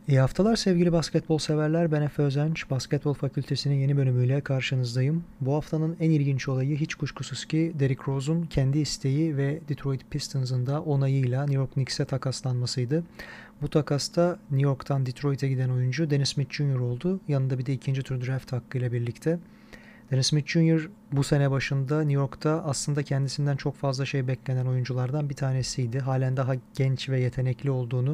İyi haftalar sevgili basketbol severler. Ben Efe Özenç. Basketbol Fakültesi'nin yeni bölümüyle karşınızdayım. Bu haftanın en ilginç olayı hiç kuşkusuz ki Derrick Rose'un kendi isteği ve Detroit Pistons'ın da onayıyla New York Knicks'e takaslanmasıydı. Bu takasta New York'tan Detroit'e giden oyuncu Dennis Smith Jr. oldu. Yanında bir de ikinci tur draft hakkıyla birlikte. Dennis Smith Jr. bu sene başında New York'ta aslında kendisinden çok fazla şey beklenen oyunculardan bir tanesiydi. Halen daha genç ve yetenekli olduğunu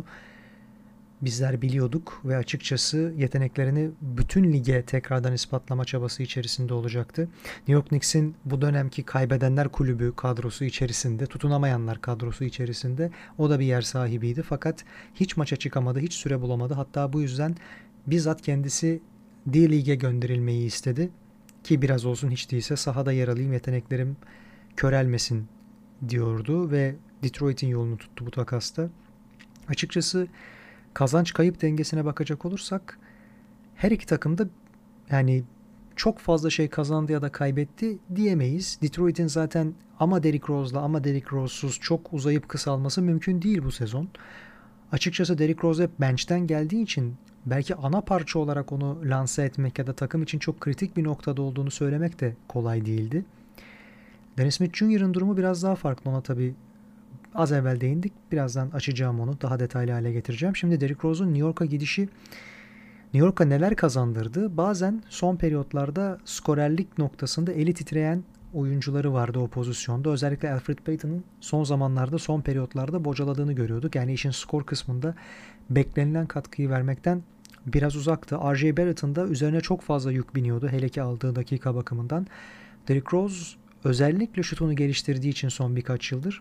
bizler biliyorduk ve açıkçası yeteneklerini bütün lige tekrardan ispatlama çabası içerisinde olacaktı. New York Knicks'in bu dönemki kaybedenler kulübü kadrosu içerisinde, tutunamayanlar kadrosu içerisinde o da bir yer sahibiydi. Fakat hiç maça çıkamadı, hiç süre bulamadı. Hatta bu yüzden bizzat kendisi D-League'e gönderilmeyi istedi. Ki biraz olsun hiç değilse sahada yer alayım, yeteneklerim körelmesin diyordu ve Detroit'in yolunu tuttu bu takasta. Açıkçası kazanç kayıp dengesine bakacak olursak her iki takım da yani çok fazla şey kazandı ya da kaybetti diyemeyiz. Detroit'in zaten ama Derrick Rose'la ama Derrick Rose'suz çok uzayıp kısalması mümkün değil bu sezon. Açıkçası Derrick Rose hep bench'ten geldiği için belki ana parça olarak onu lanse etmek ya da takım için çok kritik bir noktada olduğunu söylemek de kolay değildi. Dennis Smith Jr.'ın durumu biraz daha farklı. Ona tabii az evvel değindik. Birazdan açacağım onu. Daha detaylı hale getireceğim. Şimdi Derrick Rose'un New York'a gidişi New York'a neler kazandırdı? Bazen son periyotlarda skorerlik noktasında eli titreyen oyuncuları vardı o pozisyonda. Özellikle Elfrid Payton'ın son zamanlarda son periyotlarda bocaladığını görüyorduk. Yani işin skor kısmında beklenilen katkıyı vermekten biraz uzaktı. R.J. Barrett'ın da üzerine çok fazla yük biniyordu. Hele ki aldığı dakika bakımından. Derrick Rose özellikle şutunu geliştirdiği için son birkaç yıldır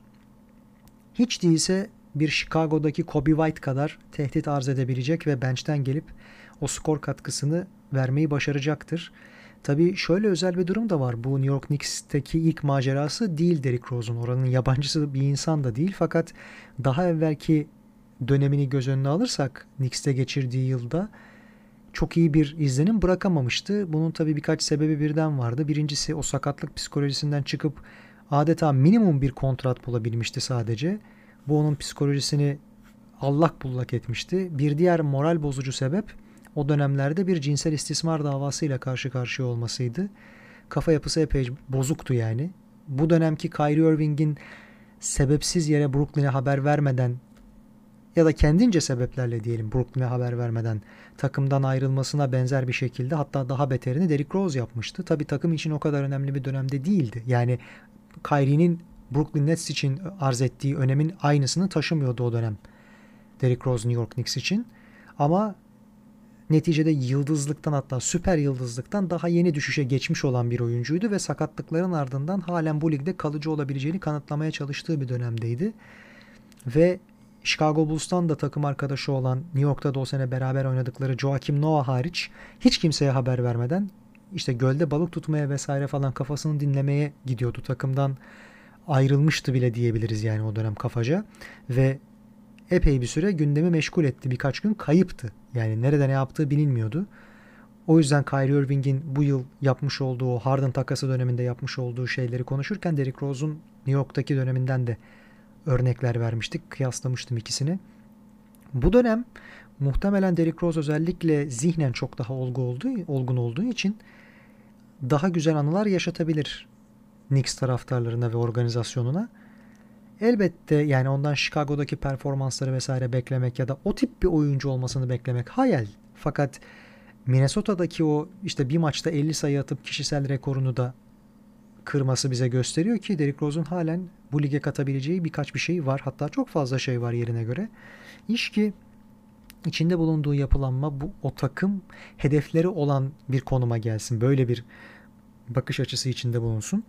hiç değilse bir Chicago'daki Kobe White kadar tehdit arz edebilecek ve bench'ten gelip o skor katkısını vermeyi başaracaktır. Tabii şöyle özel bir durum da var. Bu New York Knicks'teki ilk macerası değil Derrick Rose'un. Oranın yabancısı bir insan da değil. Fakat daha evvelki dönemini göz önüne alırsak Knicks'te geçirdiği yılda çok iyi bir izlenim bırakamamıştı. Bunun tabii birkaç sebebi birden vardı. Birincisi o sakatlık psikolojisinden çıkıp adeta minimum bir kontrat bulabilmişti sadece. Bu onun psikolojisini allak bullak etmişti. Bir diğer moral bozucu sebep o dönemlerde bir cinsel istismar davasıyla karşı karşıya olmasıydı. Kafa yapısı epey bozuktu yani. Bu dönemki Kyrie Irving'in sebepsiz yere Brooklyn'e haber vermeden ya da kendince sebeplerle diyelim Brooklyn'e haber vermeden takımdan ayrılmasına benzer bir şekilde hatta daha beterini Derrick Rose yapmıştı. Tabii takım için o kadar önemli bir dönemde değildi. Yani Kyrie'nin Brooklyn Nets için arz ettiği önemin aynısını taşımıyordu o dönem Derrick Rose New York Knicks için. Ama neticede yıldızlıktan hatta süper yıldızlıktan daha yeni düşüşe geçmiş olan bir oyuncuydu ve sakatlıkların ardından halen bu ligde kalıcı olabileceğini kanıtlamaya çalıştığı bir dönemdeydi. Ve Chicago Bulls'tan da takım arkadaşı olan New York'ta da o sene beraber oynadıkları Joakim Noah hariç hiç kimseye haber vermeden işte gölde balık tutmaya vesaire falan kafasını dinlemeye gidiyordu. Takımdan ayrılmıştı bile diyebiliriz yani o dönem kafaca ve epey bir süre gündemi meşgul etti. Birkaç gün kayıptı. Yani nerede ne yaptığı bilinmiyordu. O yüzden Kyrie Irving'in bu yıl yapmış olduğu o Harden takası döneminde yapmış olduğu şeyleri konuşurken Derrick Rose'un New York'taki döneminden de örnekler vermiştik. Kıyaslamıştım ikisini. Bu dönem muhtemelen Derrick Rose özellikle zihnen çok daha olgun olduğu için daha güzel anılar yaşatabilir Knicks taraftarlarına ve organizasyonuna. Elbette yani ondan Chicago'daki performansları vesaire beklemek ya da o tip bir oyuncu olmasını beklemek hayal. Fakat Minnesota'daki o işte bir maçta 50 sayı atıp kişisel rekorunu da kırması bize gösteriyor ki Derrick Rose'un halen bu lige katabileceği birkaç bir şey var. Hatta çok fazla şey var yerine göre. İş ki içinde bulunduğu yapılanma bu o takım hedefleri olan bir konuma gelsin. Böyle bir bakış açısı içinde bulunsun.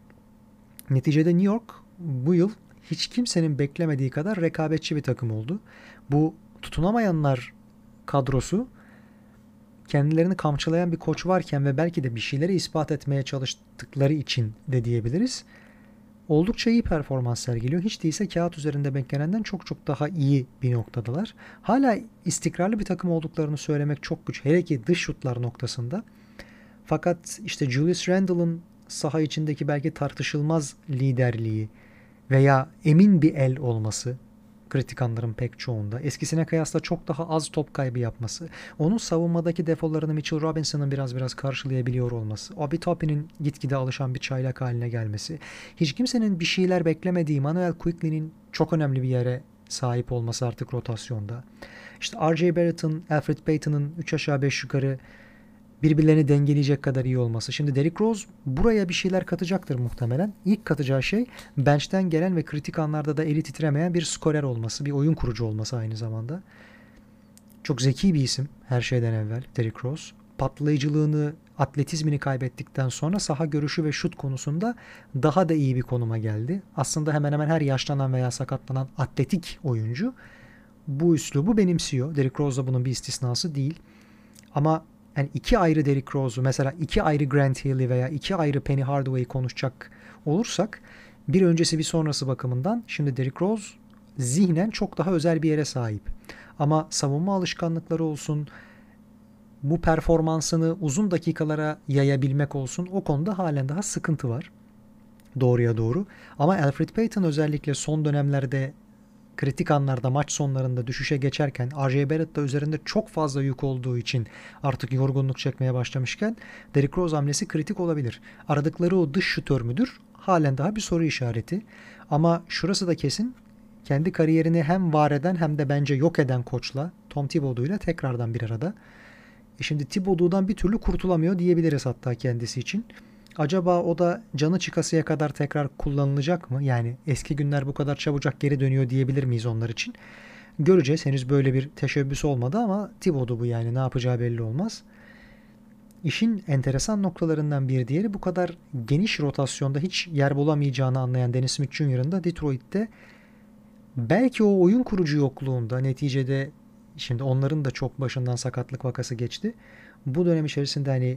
Neticede New York bu yıl hiç kimsenin beklemediği kadar rekabetçi bir takım oldu. Bu tutunamayanlar kadrosu kendilerini kamçılayan bir koç varken ve belki de bir şeyleri ispat etmeye çalıştıkları için de diyebiliriz. Oldukça iyi performans sergiliyor. Hiç değilse kağıt üzerinde beklenenden çok çok daha iyi bir noktadalar. Hala istikrarlı bir takım olduklarını söylemek çok güç. Hele ki dış şutlar noktasında. Fakat işte Julius Randle'ın saha içindeki belki tartışılmaz liderliği veya emin bir el olması kritik anların pek çoğunda. Eskisine kıyasla çok daha az top kaybı yapması. Onun savunmadaki defolarını Mitchell Robinson'ın biraz karşılayabiliyor olması. Obi Toppin'in gitgide alışan bir çaylak haline gelmesi. Hiç kimsenin bir şeyler beklemediği Manuel Quickley'nin çok önemli bir yere sahip olması artık rotasyonda. İşte R.J. Barrett'ın, Elfrid Payton'ın 3 aşağı 5 yukarı birbirlerini dengeleyecek kadar iyi olması. Şimdi Derrick Rose buraya bir şeyler katacaktır muhtemelen. İlk katacağı şey bench'ten gelen ve kritik anlarda da eli titremeyen bir skorer olması, bir oyun kurucu olması aynı zamanda. Çok zeki bir isim her şeyden evvel Derrick Rose. Patlayıcılığını, atletizmini kaybettikten sonra saha görüşü ve şut konusunda daha da iyi bir konuma geldi. Aslında hemen hemen her yaşlanan veya sakatlanan atletik oyuncu bu üslubu benimsiyor. Derrick Rose da bunun bir istisnası değil. Ama yani iki ayrı Derrick Rose'u, mesela iki ayrı Grant Hill'i veya iki ayrı Penny Hardaway'i konuşacak olursak bir öncesi bir sonrası bakımından şimdi Derrick Rose zihnen çok daha özel bir yere sahip. Ama savunma alışkanlıkları olsun, bu performansını uzun dakikalara yayabilmek olsun, o konuda halen daha sıkıntı var. Doğruya doğru. Ama Elfrid Payton özellikle son dönemlerde kritik anlarda, maç sonlarında düşüşe geçerken, R.J. Barrett da üzerinde çok fazla yük olduğu için artık yorgunluk çekmeye başlamışken Derrick Rose hamlesi kritik olabilir. Aradıkları o dış şutör müdür? Halen daha bir soru işareti. Ama şurası da kesin, kendi kariyerini hem var eden hem de bence yok eden koçla, Tom Thibodeau'yla tekrardan bir arada. Şimdi Thibodeau'dan bir türlü kurtulamıyor diyebiliriz hatta kendisi için. Acaba o da canı çıkasıya kadar tekrar kullanılacak mı? Yani eski günler bu kadar çabucak geri dönüyor diyebilir miyiz onlar için? Göreceğiz. Henüz böyle bir teşebbüs olmadı ama Thibodeau bu, yani ne yapacağı belli olmaz. İşin enteresan noktalarından bir diğeri, bu kadar geniş rotasyonda hiç yer bulamayacağını anlayan Dennis Smith Jr.'ın da Detroit'te belki o oyun kurucu yokluğunda, neticede şimdi onların da çok başından sakatlık vakası geçti. Bu dönem içerisinde hani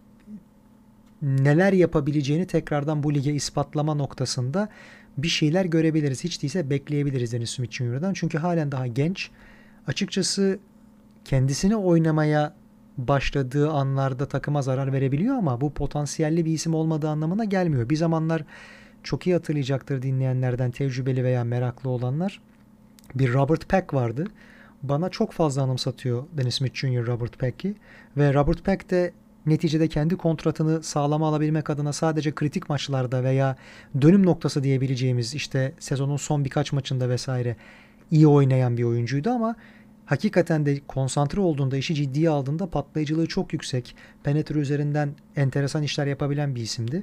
neler yapabileceğini tekrardan bu lige ispatlama noktasında bir şeyler görebiliriz. Hiç değilse bekleyebiliriz Dennis Smith Jr.'dan. Çünkü halen daha genç. Açıkçası kendisini oynamaya başladığı anlarda takıma zarar verebiliyor ama bu potansiyelli bir isim olmadığı anlamına gelmiyor. Bir zamanlar çok iyi hatırlayacaktır dinleyenlerden, tecrübeli veya meraklı olanlar. Bir Robert Peck vardı. Bana çok fazla anımsatıyor Dennis Smith Jr. Robert Peck'i. Ve Robert Peck de neticede kendi kontratını sağlama alabilmek adına sadece kritik maçlarda veya dönüm noktası diyebileceğimiz işte sezonun son birkaç maçında vesaire iyi oynayan bir oyuncuydu ama hakikaten de konsantre olduğunda, işi ciddiye aldığında patlayıcılığı çok yüksek, penetre üzerinden enteresan işler yapabilen bir isimdi.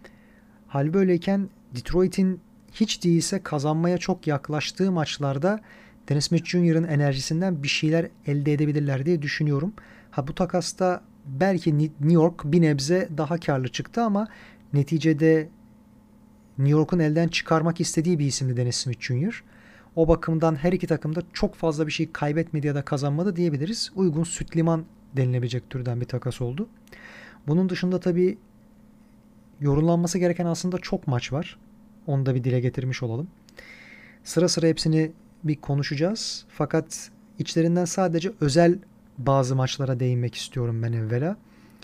Hal böyleyken Detroit'in hiç değilse kazanmaya çok yaklaştığı maçlarda Dennis Smith Jr.'ın enerjisinden bir şeyler elde edebilirler diye düşünüyorum. Ha, bu takasta belki New York bir nebze daha karlı çıktı ama neticede New York'un elden çıkarmak istediği bir isimdi Dennis Smith Jr. O bakımdan her iki takım da çok fazla bir şey kaybetmedi ya da kazanmadı diyebiliriz. Uygun süt liman denilebilecek türden bir takas oldu. Bunun dışında tabii yorumlanması gereken aslında çok maç var. Onu da bir dile getirmiş olalım. Sıra sıra hepsini bir konuşacağız. Fakat içlerinden sadece özel bazı maçlara değinmek istiyorum ben evvela.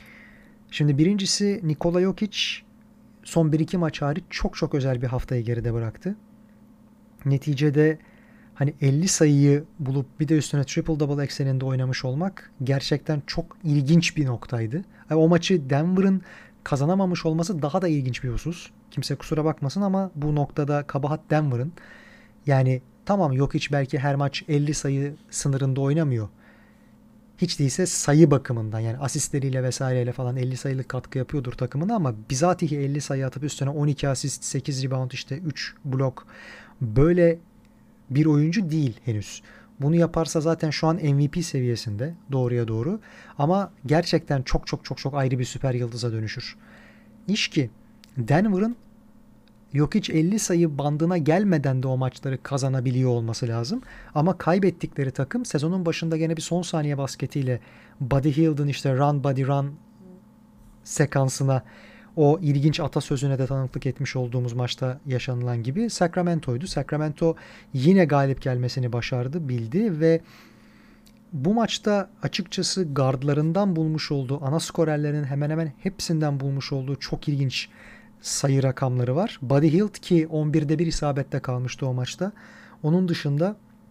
Şimdi birincisi, Nikola Jokic son 1-2 maç hariç çok özel bir haftayı geride bıraktı. Neticede hani 50 sayıyı bulup bir de üstüne triple double ekseninde oynamış olmak gerçekten çok ilginç bir noktaydı. O maçı Denver'ın kazanamamış olması daha da ilginç bir husus. Kimse kusura bakmasın ama bu noktada kabahat Denver'ın. Yani tamam, Jokic belki her maç 50 sayı sınırında oynamıyor. Hiç değilse sayı bakımından, yani asistleriyle vesaireyle falan 50 sayılık katkı yapıyordur takımına ama bizatihi 50 sayı atıp üstüne 12 asist, 8 rebound, işte 3 blok, böyle bir oyuncu değil henüz. Bunu yaparsa zaten şu an MVP seviyesinde, doğruya doğru, ama gerçekten çok ayrı bir süper yıldıza dönüşür. İş ki Denver'ın Jokic 50 sayı bandına gelmeden de o maçları kazanabiliyor olması lazım. Ama kaybettikleri takım sezonun başında gene bir son saniye basketiyle Buddy Hield'ın işte run buddy run sekansına, o ilginç atasözüne de tanıklık etmiş olduğumuz maçta yaşanılan gibi Sacramento'ydu. Sacramento yine galip gelmesini başardı, bildi ve bu maçta açıkçası gardlarından bulmuş olduğu, ana skorerlerin hemen hemen hepsinden bulmuş olduğu çok ilginç sayı rakamları var. Buddy Hield ki 11'de 1 isabette kalmıştı o maçta. Onun dışında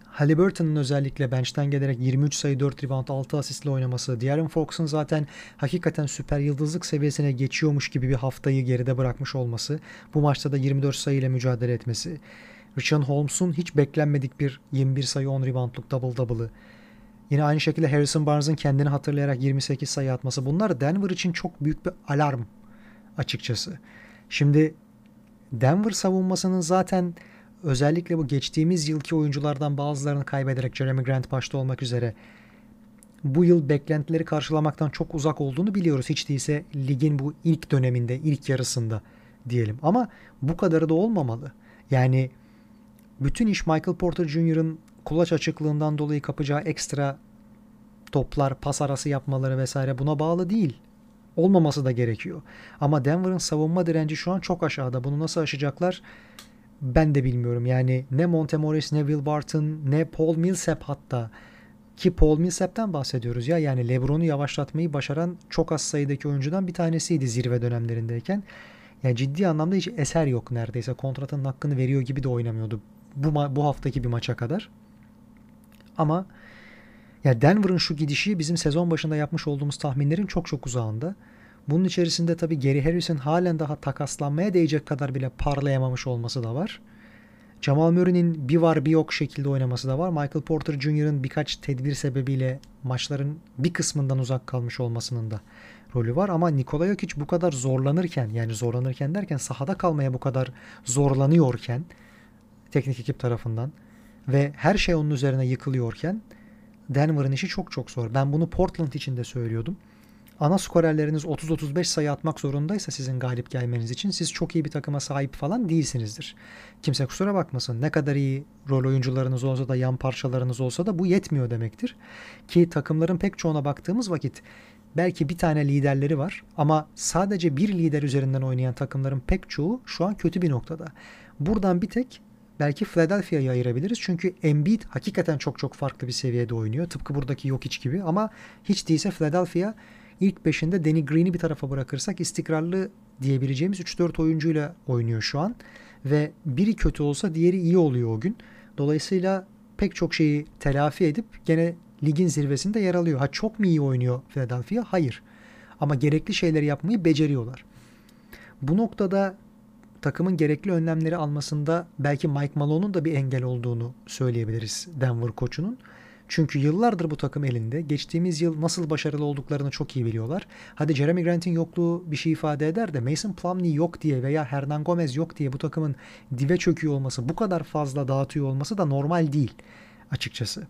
Haliburton'un özellikle bench'ten gelerek 23 sayı, 4 rebound, 6 asistle oynaması, De'Aaron Fox'un zaten hakikaten süper yıldızlık seviyesine geçiyormuş gibi bir haftayı geride bırakmış olması, bu maçta da 24 sayıyla mücadele etmesi, Richaun Holmes'un hiç beklenmedik bir 21 sayı 10 reboundluk double double'ı, yine aynı şekilde Harrison Barnes'ın kendini hatırlayarak 28 sayı atması, bunlar Denver için çok büyük bir alarm açıkçası. Şimdi Denver savunmasının zaten özellikle bu geçtiğimiz yılki oyunculardan bazılarını kaybederek Jeremy Grant başta olmak üzere bu yıl beklentileri karşılamaktan çok uzak olduğunu biliyoruz. Hiç değilse ligin bu ilk döneminde, ilk yarısında diyelim. Ama bu kadarı da olmamalı. Yani bütün iş Michael Porter Jr.'ın kulaç açıklığından dolayı kapacağı ekstra toplar, pas arası yapmaları vesaire buna bağlı değil. Olmaması da gerekiyor. Ama Denver'ın savunma direnci şu an çok aşağıda. Bunu nasıl aşacaklar? Ben de bilmiyorum. Yani ne Monte Morris, ne Will Barton, ne Paul Millsap hatta. Ki Paul Millsap'ten bahsediyoruz ya. Yani LeBron'u yavaşlatmayı başaran çok az sayıdaki oyuncudan bir tanesiydi zirve dönemlerindeyken. Yani ciddi anlamda hiç eser yok neredeyse. Kontratının hakkını veriyor gibi de oynamıyordu bu haftaki bir maça kadar. Ama ya Denver'ın şu gidişi bizim sezon başında yapmış olduğumuz tahminlerin çok çok uzağında. Bunun içerisinde tabii Gary Harris'in halen daha takaslanmaya değecek kadar bile parlayamamış olması da var. Jamal Murray'nin bir var bir yok şekilde oynaması da var. Michael Porter Jr.'ın birkaç tedbir sebebiyle maçların bir kısmından uzak kalmış olmasının da rolü var. Ama Nikola Jokic bu kadar zorlanırken, yani zorlanırken derken sahada kalmaya bu kadar zorlanıyorken teknik ekip tarafından ve her şey onun üzerine yıkılıyorken Denver'ın işi çok çok zor. Ben bunu Portland için de söylüyordum. Ana skorerleriniz 30-35 sayı atmak zorundaysa sizin galip gelmeniz için siz çok iyi bir takıma sahip falan değilsinizdir. Kimse kusura bakmasın. Ne kadar iyi rol oyuncularınız olsa da yan parçalarınız olsa da bu yetmiyor demektir. Ki takımların pek çoğuna baktığımız vakit belki bir tane liderleri var ama sadece bir lider üzerinden oynayan takımların pek çoğu şu an kötü bir noktada. Buradan bir tek belki Philadelphia'yı ayırabiliriz. Çünkü Embiid hakikaten çok çok farklı bir seviyede oynuyor. Tıpkı buradaki Jokic gibi ama hiç değilse Philadelphia ilk beşinde Danny Green'i bir tarafa bırakırsak istikrarlı diyebileceğimiz 3-4 oyuncuyla oynuyor şu an. Ve biri kötü olsa diğeri iyi oluyor o gün. Dolayısıyla pek çok şeyi telafi edip gene ligin zirvesinde yer alıyor. Ha çok mu iyi oynuyor Philadelphia? Hayır. Ama gerekli şeyleri yapmayı beceriyorlar. Bu noktada takımın gerekli önlemleri almasında belki Mike Malone'un da bir engel olduğunu söyleyebiliriz Denver koçunun. Çünkü yıllardır bu takım elinde. Geçtiğimiz yıl nasıl başarılı olduklarını çok iyi biliyorlar. Hadi Jeremy Grant'in yokluğu bir şey ifade eder de Mason Plumlee yok diye veya Hernan Gomez yok diye bu takımın dibe çöküyor olması, bu kadar fazla dağıtıyor olması da normal değil açıkçası.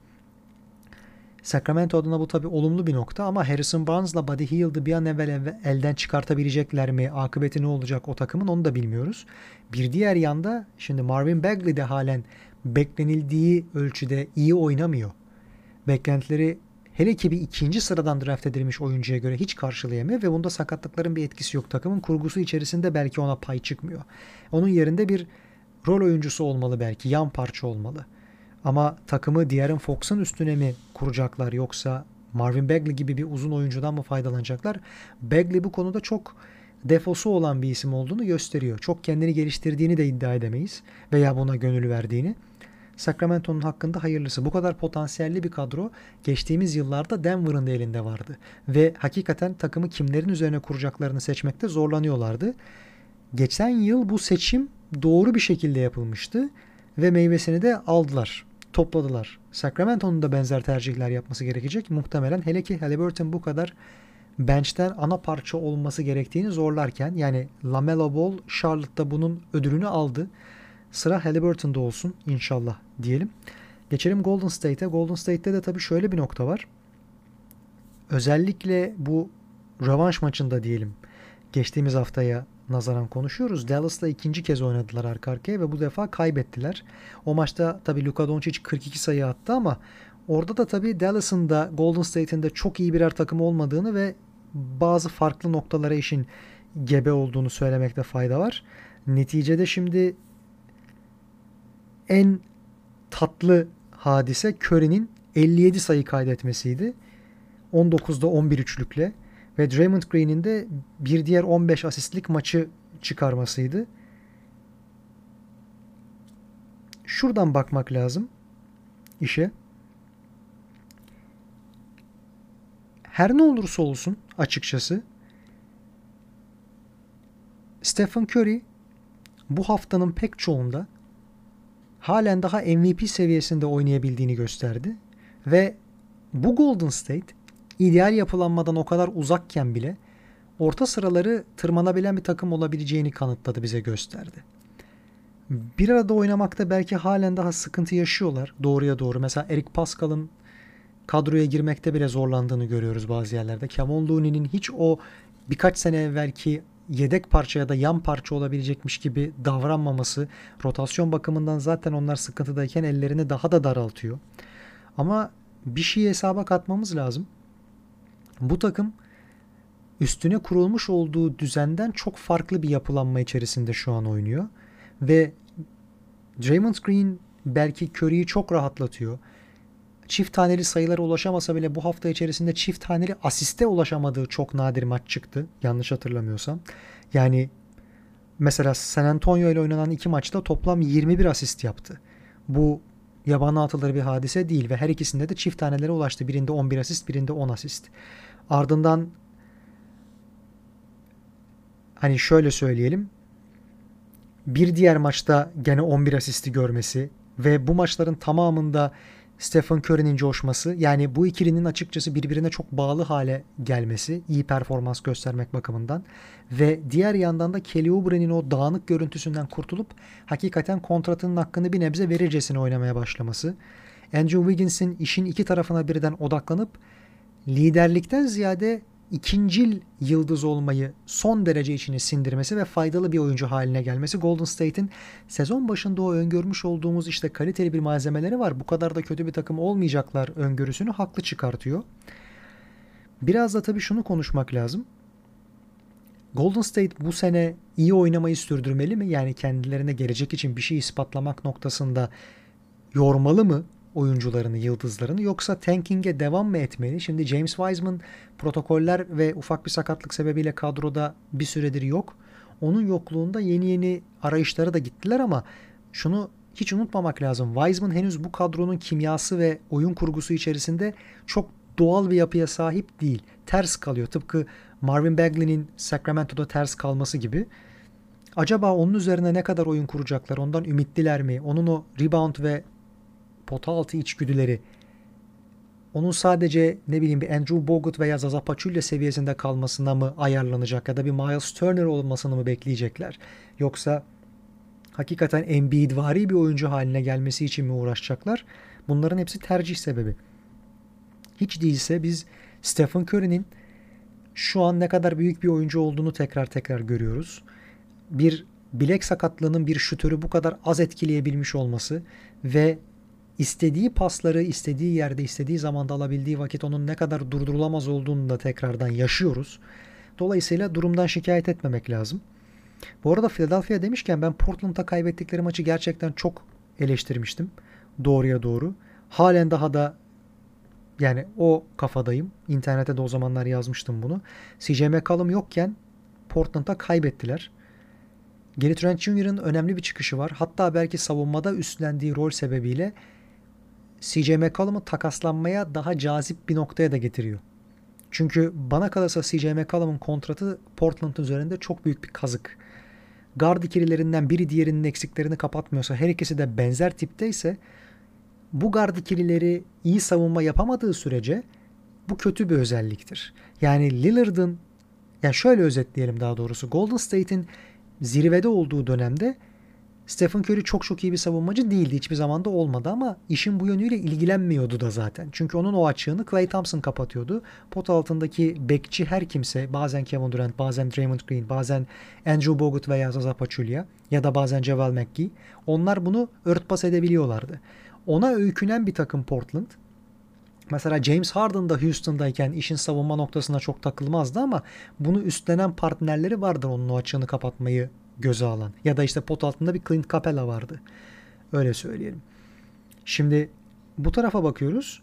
Sacramento adına bu tabii olumlu bir nokta ama Harrison Barnes'la Buddy Hield'ı bir an evvel elden çıkartabilecekler mi? Akıbeti ne olacak o takımın onu da bilmiyoruz. Bir diğer yanda şimdi Marvin Bagley de halen beklenildiği ölçüde iyi oynamıyor. Beklentileri hele ki bir ikinci sıradan draft edilmiş oyuncuya göre hiç karşılayamıyor ve bunda sakatlıkların bir etkisi yok. Takımın kurgusu içerisinde belki ona pay çıkmıyor. Onun yerinde bir rol oyuncusu olmalı belki, yan parça olmalı. Ama takımı De'Aaron Fox'un üstüne mi kuracaklar yoksa Marvin Bagley gibi bir uzun oyuncudan mı faydalanacaklar? Bagley bu konuda çok defosu olan bir isim olduğunu gösteriyor. Çok kendini geliştirdiğini de iddia edemeyiz veya buna gönül verdiğini. Sacramento'nun hakkında hayırlısı. Bu kadar potansiyelli bir kadro geçtiğimiz yıllarda Denver'ın da elinde vardı. Ve hakikaten takımı kimlerin üzerine kuracaklarını seçmekte zorlanıyorlardı. Geçen yıl bu seçim doğru bir şekilde yapılmıştı ve meyvesini de aldılar, topladılar. Sacramento'nun da benzer tercihler yapması gerekecek. Muhtemelen hele ki Haliburton bu kadar bench'ten ana parça olması gerektiğini zorlarken yani LaMelo Ball Charlotte'da bunun ödülünü aldı. Sıra Haliburton'da olsun inşallah diyelim. Geçelim Golden State'e. Golden State'te de tabii şöyle bir nokta var. Özellikle bu rövanş maçında diyelim. Geçtiğimiz haftaya nazaran konuşuyoruz. Dallas'la ikinci kez oynadılar arka arkaya ve bu defa kaybettiler. O maçta tabii Luka Doncic 42 sayı attı ama orada da tabii Dallas'ın da Golden State'in de çok iyi birer takım olmadığını ve bazı farklı noktalara işin gebe olduğunu söylemekte fayda var. Neticede şimdi en tatlı hadise Curry'nin 57 sayı kaydetmesiydi. 19'da 11 üçlükle ve Draymond Green'in de bir diğer 15 asistlik maçı çıkarmasıydı. Şuradan bakmak lazım. işe. Her ne olursa olsun açıkçası Stephen Curry bu haftanın pek çoğunda halen daha MVP seviyesinde oynayabildiğini gösterdi. Ve bu Golden State ideal yapılanmadan o kadar uzakken bile orta sıraları tırmanabilen bir takım olabileceğini kanıtladı, bize gösterdi. Bir arada oynamakta belki halen daha sıkıntı yaşıyorlar doğruya doğru. Mesela Eric Pascal'ın kadroya girmekte bile zorlandığını görüyoruz bazı yerlerde. Kevon Looney'nin hiç o birkaç sene evvelki yedek parça ya da yan parça olabilecekmiş gibi davranmaması, rotasyon bakımından zaten onlar sıkıntıdayken ellerini daha da daraltıyor. Ama bir şeyi hesaba katmamız lazım. Bu takım üstüne kurulmuş olduğu düzenden çok farklı bir yapılanma içerisinde şu an oynuyor. Ve Draymond Green belki Curry'yi çok rahatlatıyor. Çift taneli sayılara ulaşamasa bile bu hafta içerisinde çift taneli asiste ulaşamadığı çok nadir maç çıktı. Yanlış hatırlamıyorsam. Yani mesela San Antonio ile oynanan 2 maçta toplam 21 asist yaptı. Bu yabana atılır bir hadise değil ve her ikisinde de çift tanelere ulaştı. Birinde 11 asist, birinde 10 asist. Ardından hani şöyle söyleyelim. Bir diğer maçta gene 11 asisti görmesi ve bu maçların tamamında Stephen Curry'nin coşması, yani bu ikilinin açıkçası birbirine çok bağlı hale gelmesi, iyi performans göstermek bakımından ve diğer yandan da Kelly Oubre'nin o dağınık görüntüsünden kurtulup hakikaten kontratının hakkını bir nebze verircesine oynamaya başlaması, Andrew Wiggins'in işin iki tarafına birden odaklanıp liderlikten ziyade ikincil yıldız olmayı son derece içine sindirmesi ve faydalı bir oyuncu haline gelmesi, Golden State'in sezon başında o öngörmüş olduğumuz işte kaliteli bir malzemeleri var, bu kadar da kötü bir takım olmayacaklar öngörüsünü haklı çıkartıyor. Biraz da tabii şunu konuşmak lazım. Golden State bu sene iyi oynamayı sürdürmeli mi? Yani kendilerine gelecek için bir şey ispatlamak noktasında yormalı mı oyuncularını, yıldızlarını, yoksa tanking'e devam mı etmeli? Şimdi James Wiseman protokoller ve ufak bir sakatlık sebebiyle kadroda bir süredir yok. Onun yokluğunda yeni arayışlara da gittiler ama şunu hiç unutmamak lazım. Wiseman henüz bu kadronun kimyası ve oyun kurgusu içerisinde çok doğal bir yapıya sahip değil. Ters kalıyor. Tıpkı Marvin Bagley'nin Sacramento'da ters kalması gibi. Acaba onun üzerine ne kadar oyun kuracaklar? Ondan ümitliler mi? Onun o rebound ve pota altı içgüdüleri, onun sadece ne bileyim bir Andrew Bogut veya Zaza Pachulia seviyesinde kalmasına mı ayarlanacak ya da bir Miles Turner olmasını mı bekleyecekler? Yoksa hakikaten Embiidvari bir oyuncu haline gelmesi için mi uğraşacaklar? Bunların hepsi tercih sebebi. Hiç değilse biz Stephen Curry'nin şu an ne kadar büyük bir oyuncu olduğunu tekrar görüyoruz. Bir bilek sakatlığının bir şutörü bu kadar az etkileyebilmiş olması ve istediği pasları istediği yerde, istediği zamanda alabildiği vakit onun ne kadar durdurulamaz olduğunu da tekrardan yaşıyoruz. Dolayısıyla durumdan şikayet etmemek lazım. Bu arada Philadelphia demişken ben Portland'a kaybettikleri maçı gerçekten çok eleştirmiştim. Doğruya doğru. Halen daha da yani o kafadayım. İnternete de o zamanlar yazmıştım bunu. CJ McCollum yokken Portland'a kaybettiler. Gary Trent Jr.'ın önemli bir çıkışı var. Hatta belki savunmada üstlendiği rol sebebiyle CJ McCollum'u takaslanmaya daha cazip bir noktaya da getiriyor. Çünkü bana kalırsa CJ McCollum'un kontratı Portland üzerinde çok büyük bir kazık. Guard ikililerinden biri diğerinin eksiklerini kapatmıyorsa, her ikisi de benzer tipteyse, bu guard ikilileri iyi savunma yapamadığı sürece bu kötü bir özelliktir. Yani Lillard'ın, yani şöyle özetleyelim daha doğrusu, Golden State'in zirvede olduğu dönemde Stephen Curry çok iyi bir savunmacı değildi. Hiçbir zaman da olmadı ama işin bu yönüyle ilgilenmiyordu da zaten. Çünkü onun o açığını Klay Thompson kapatıyordu. Pot altındaki bekçi her kimse, bazen Kevin Durant, bazen Draymond Green, bazen Andrew Bogut veya Zaza Pachulia ya da bazen JaVale McGee, onlar bunu örtbas edebiliyorlardı. Ona öykünen bir takım Portland. Mesela James Harden da Houston'dayken işin savunma noktasına çok takılmazdı ama bunu üstlenen partnerleri vardır onun o açığını kapatmayı göze alan. Ya da işte pot altında bir Clint Capela vardı. Öyle söyleyelim. Şimdi bu tarafa bakıyoruz.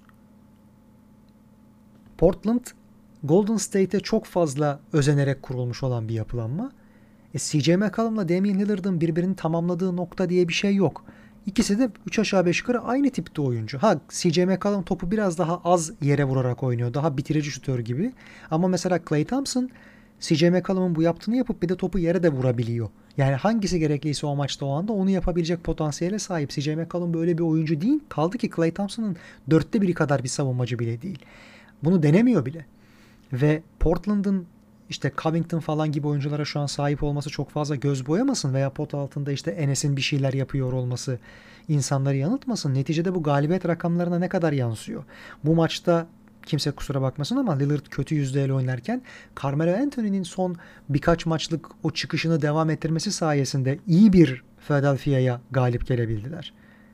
Portland, Golden State'e çok fazla özenerek kurulmuş olan bir yapılanma. CJ McCollum'la Damian Lillard'ın birbirini tamamladığı nokta diye bir şey yok. İkisi de 3 aşağı 5 yukarı aynı tipte oyuncu. Ha, CJ McCollum topu biraz daha az yere vurarak oynuyor. Daha bitirici şutör gibi. Ama mesela Klay Thompson CJ McCollum'un bu yaptığını yapıp bir de topu yere de vurabiliyor. Yani hangisi gerekliyse o maçta o anda onu yapabilecek potansiyele sahip. CJ McCollum böyle bir oyuncu değil. Kaldı ki Klay Thompson'ın 1/4 kadar bir savunmacı bile değil. Bunu denemiyor bile. Ve Portland'ın işte Covington falan gibi oyunculara şu an sahip olması çok fazla göz boyamasın veya pot altında işte Enes'in bir şeyler yapıyor olması insanları yanıltmasın. Neticede bu galibiyet rakamlarına ne kadar yansıyor? Bu maçta kimse kusura bakmasın ama Lillard kötü yüzdeyle oynarken Carmelo Anthony'nin son birkaç maçlık o çıkışını devam ettirmesi sayesinde iyi bir Philadelphia'ya galip gelebildiler.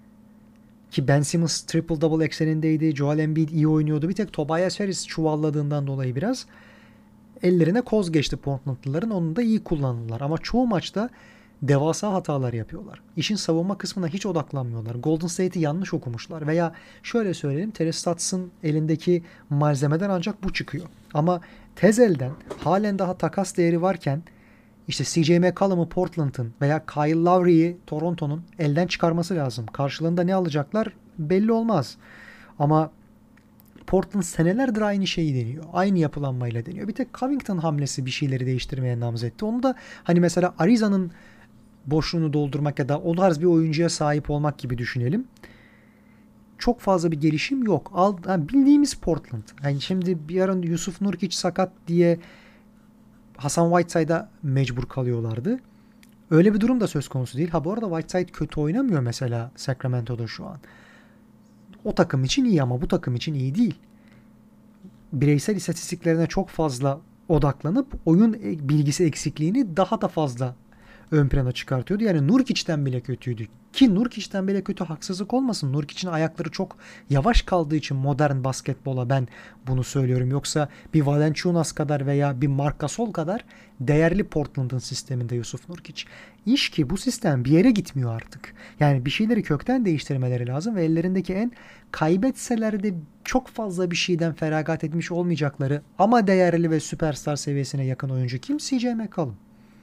Ki Ben Simmons triple double eksenindeydi. Joel Embiid iyi oynuyordu. Bir tek Tobias Harris çuvalladığından dolayı biraz ellerine koz geçti Portlandlıların. Onu da iyi kullandılar. Ama çoğu maçta devasa hatalar yapıyorlar. İşin savunma kısmına hiç odaklanmıyorlar. Golden State'i yanlış okumuşlar. Veya şöyle söyleyelim, Terry Stotts'ın elindeki malzemeden ancak bu çıkıyor. Ama tez elden halen daha takas değeri varken işte CJ McCollum'u Portland'ın veya Kyle Lowry'yi Toronto'nun elden çıkarması lazım. Karşılığında ne alacaklar belli olmaz. Ama Portland senelerdir aynı şeyi deniyor. Aynı yapılanmayla deniyor. Bir tek Covington hamlesi bir şeyleri değiştirmeye namzetti. Onu da hani mesela Ariza'nın boşluğunu doldurmak ya da o tarz bir oyuncuya sahip olmak gibi düşünelim. Çok fazla bir gelişim yok. Yani bildiğimiz Portland. Yani şimdi bir ara Yusuf Nurkic sakat diye Hasan Whiteside'a mecbur kalıyorlardı. Öyle bir durum da söz konusu değil. Ha, bu arada Whiteside kötü oynamıyor mesela Sacramento'da şu an. O takım için iyi ama bu takım için iyi değil. Bireysel istatistiklerine çok fazla odaklanıp oyun bilgisi eksikliğini daha da fazla ön plana çıkartıyordu. Yani Nurkic'ten bile kötüydü. Ki Nurkic'ten bile kötü, haksızlık olmasın. Nurkic'in ayakları çok yavaş kaldığı için modern basketbola ben bunu söylüyorum. Yoksa bir Valanciunas kadar veya bir Marc Gasol kadar değerli Portland'ın sisteminde Yusuf Nurkic. İş ki bu sistem bir yere gitmiyor artık. Yani bir şeyleri kökten değiştirmeleri lazım ve ellerindeki en kaybetseler de çok fazla bir şeyden feragat etmiş olmayacakları ama değerli ve süperstar seviyesine yakın oyuncu kim? CJ McCollum.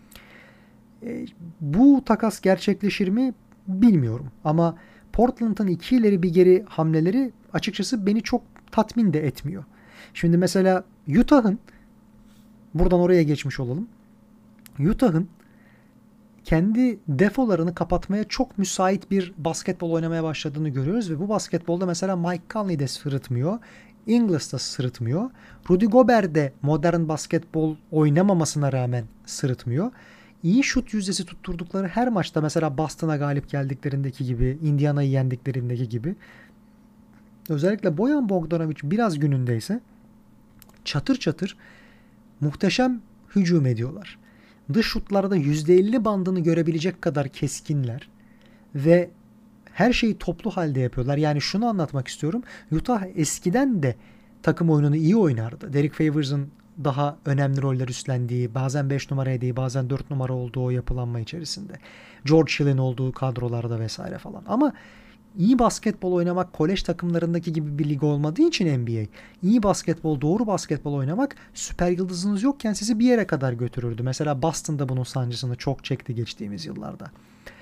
Bu takas gerçekleşir mi bilmiyorum. Ama Portland'ın iki ileri bir geri hamleleri açıkçası beni çok tatmin de etmiyor. Şimdi mesela Utah'ın, buradan oraya geçmiş olalım. Utah'ın kendi defolarını kapatmaya çok müsait bir basketbol oynamaya başladığını görüyoruz ve bu basketbolda mesela Mike Conley de sırıtmıyor. Ingles da sırıtmıyor. Rudy Gobert de modern basketbol oynamamasına rağmen sırıtmıyor. İyi şut yüzdesi tutturdukları her maçta, mesela Boston'a galip geldiklerindeki gibi, Indiana'yı yendiklerindeki gibi, özellikle Bojan Bogdanovic biraz günündeyse çatır çatır muhteşem hücum ediyorlar. Dış şutlarda %50 bandını görebilecek kadar keskinler ve her şeyi toplu halde yapıyorlar. Yani şunu anlatmak istiyorum. Utah eskiden de takım oyununu iyi oynardı. Derek Favors'ın daha önemli roller üstlendiği, bazen 5 numara yediği, bazen 4 numara olduğu o yapılanma içerisinde. George Hill'in olduğu kadrolarda vesaire falan. Ama iyi basketbol oynamak kolej takımlarındaki gibi bir lig olmadığı için NBA, iyi basketbol, doğru basketbol oynamak süper yıldızınız yokken sizi bir yere kadar götürürdü. Mesela Boston'da bunun sancısını çok çekti geçtiğimiz yıllarda.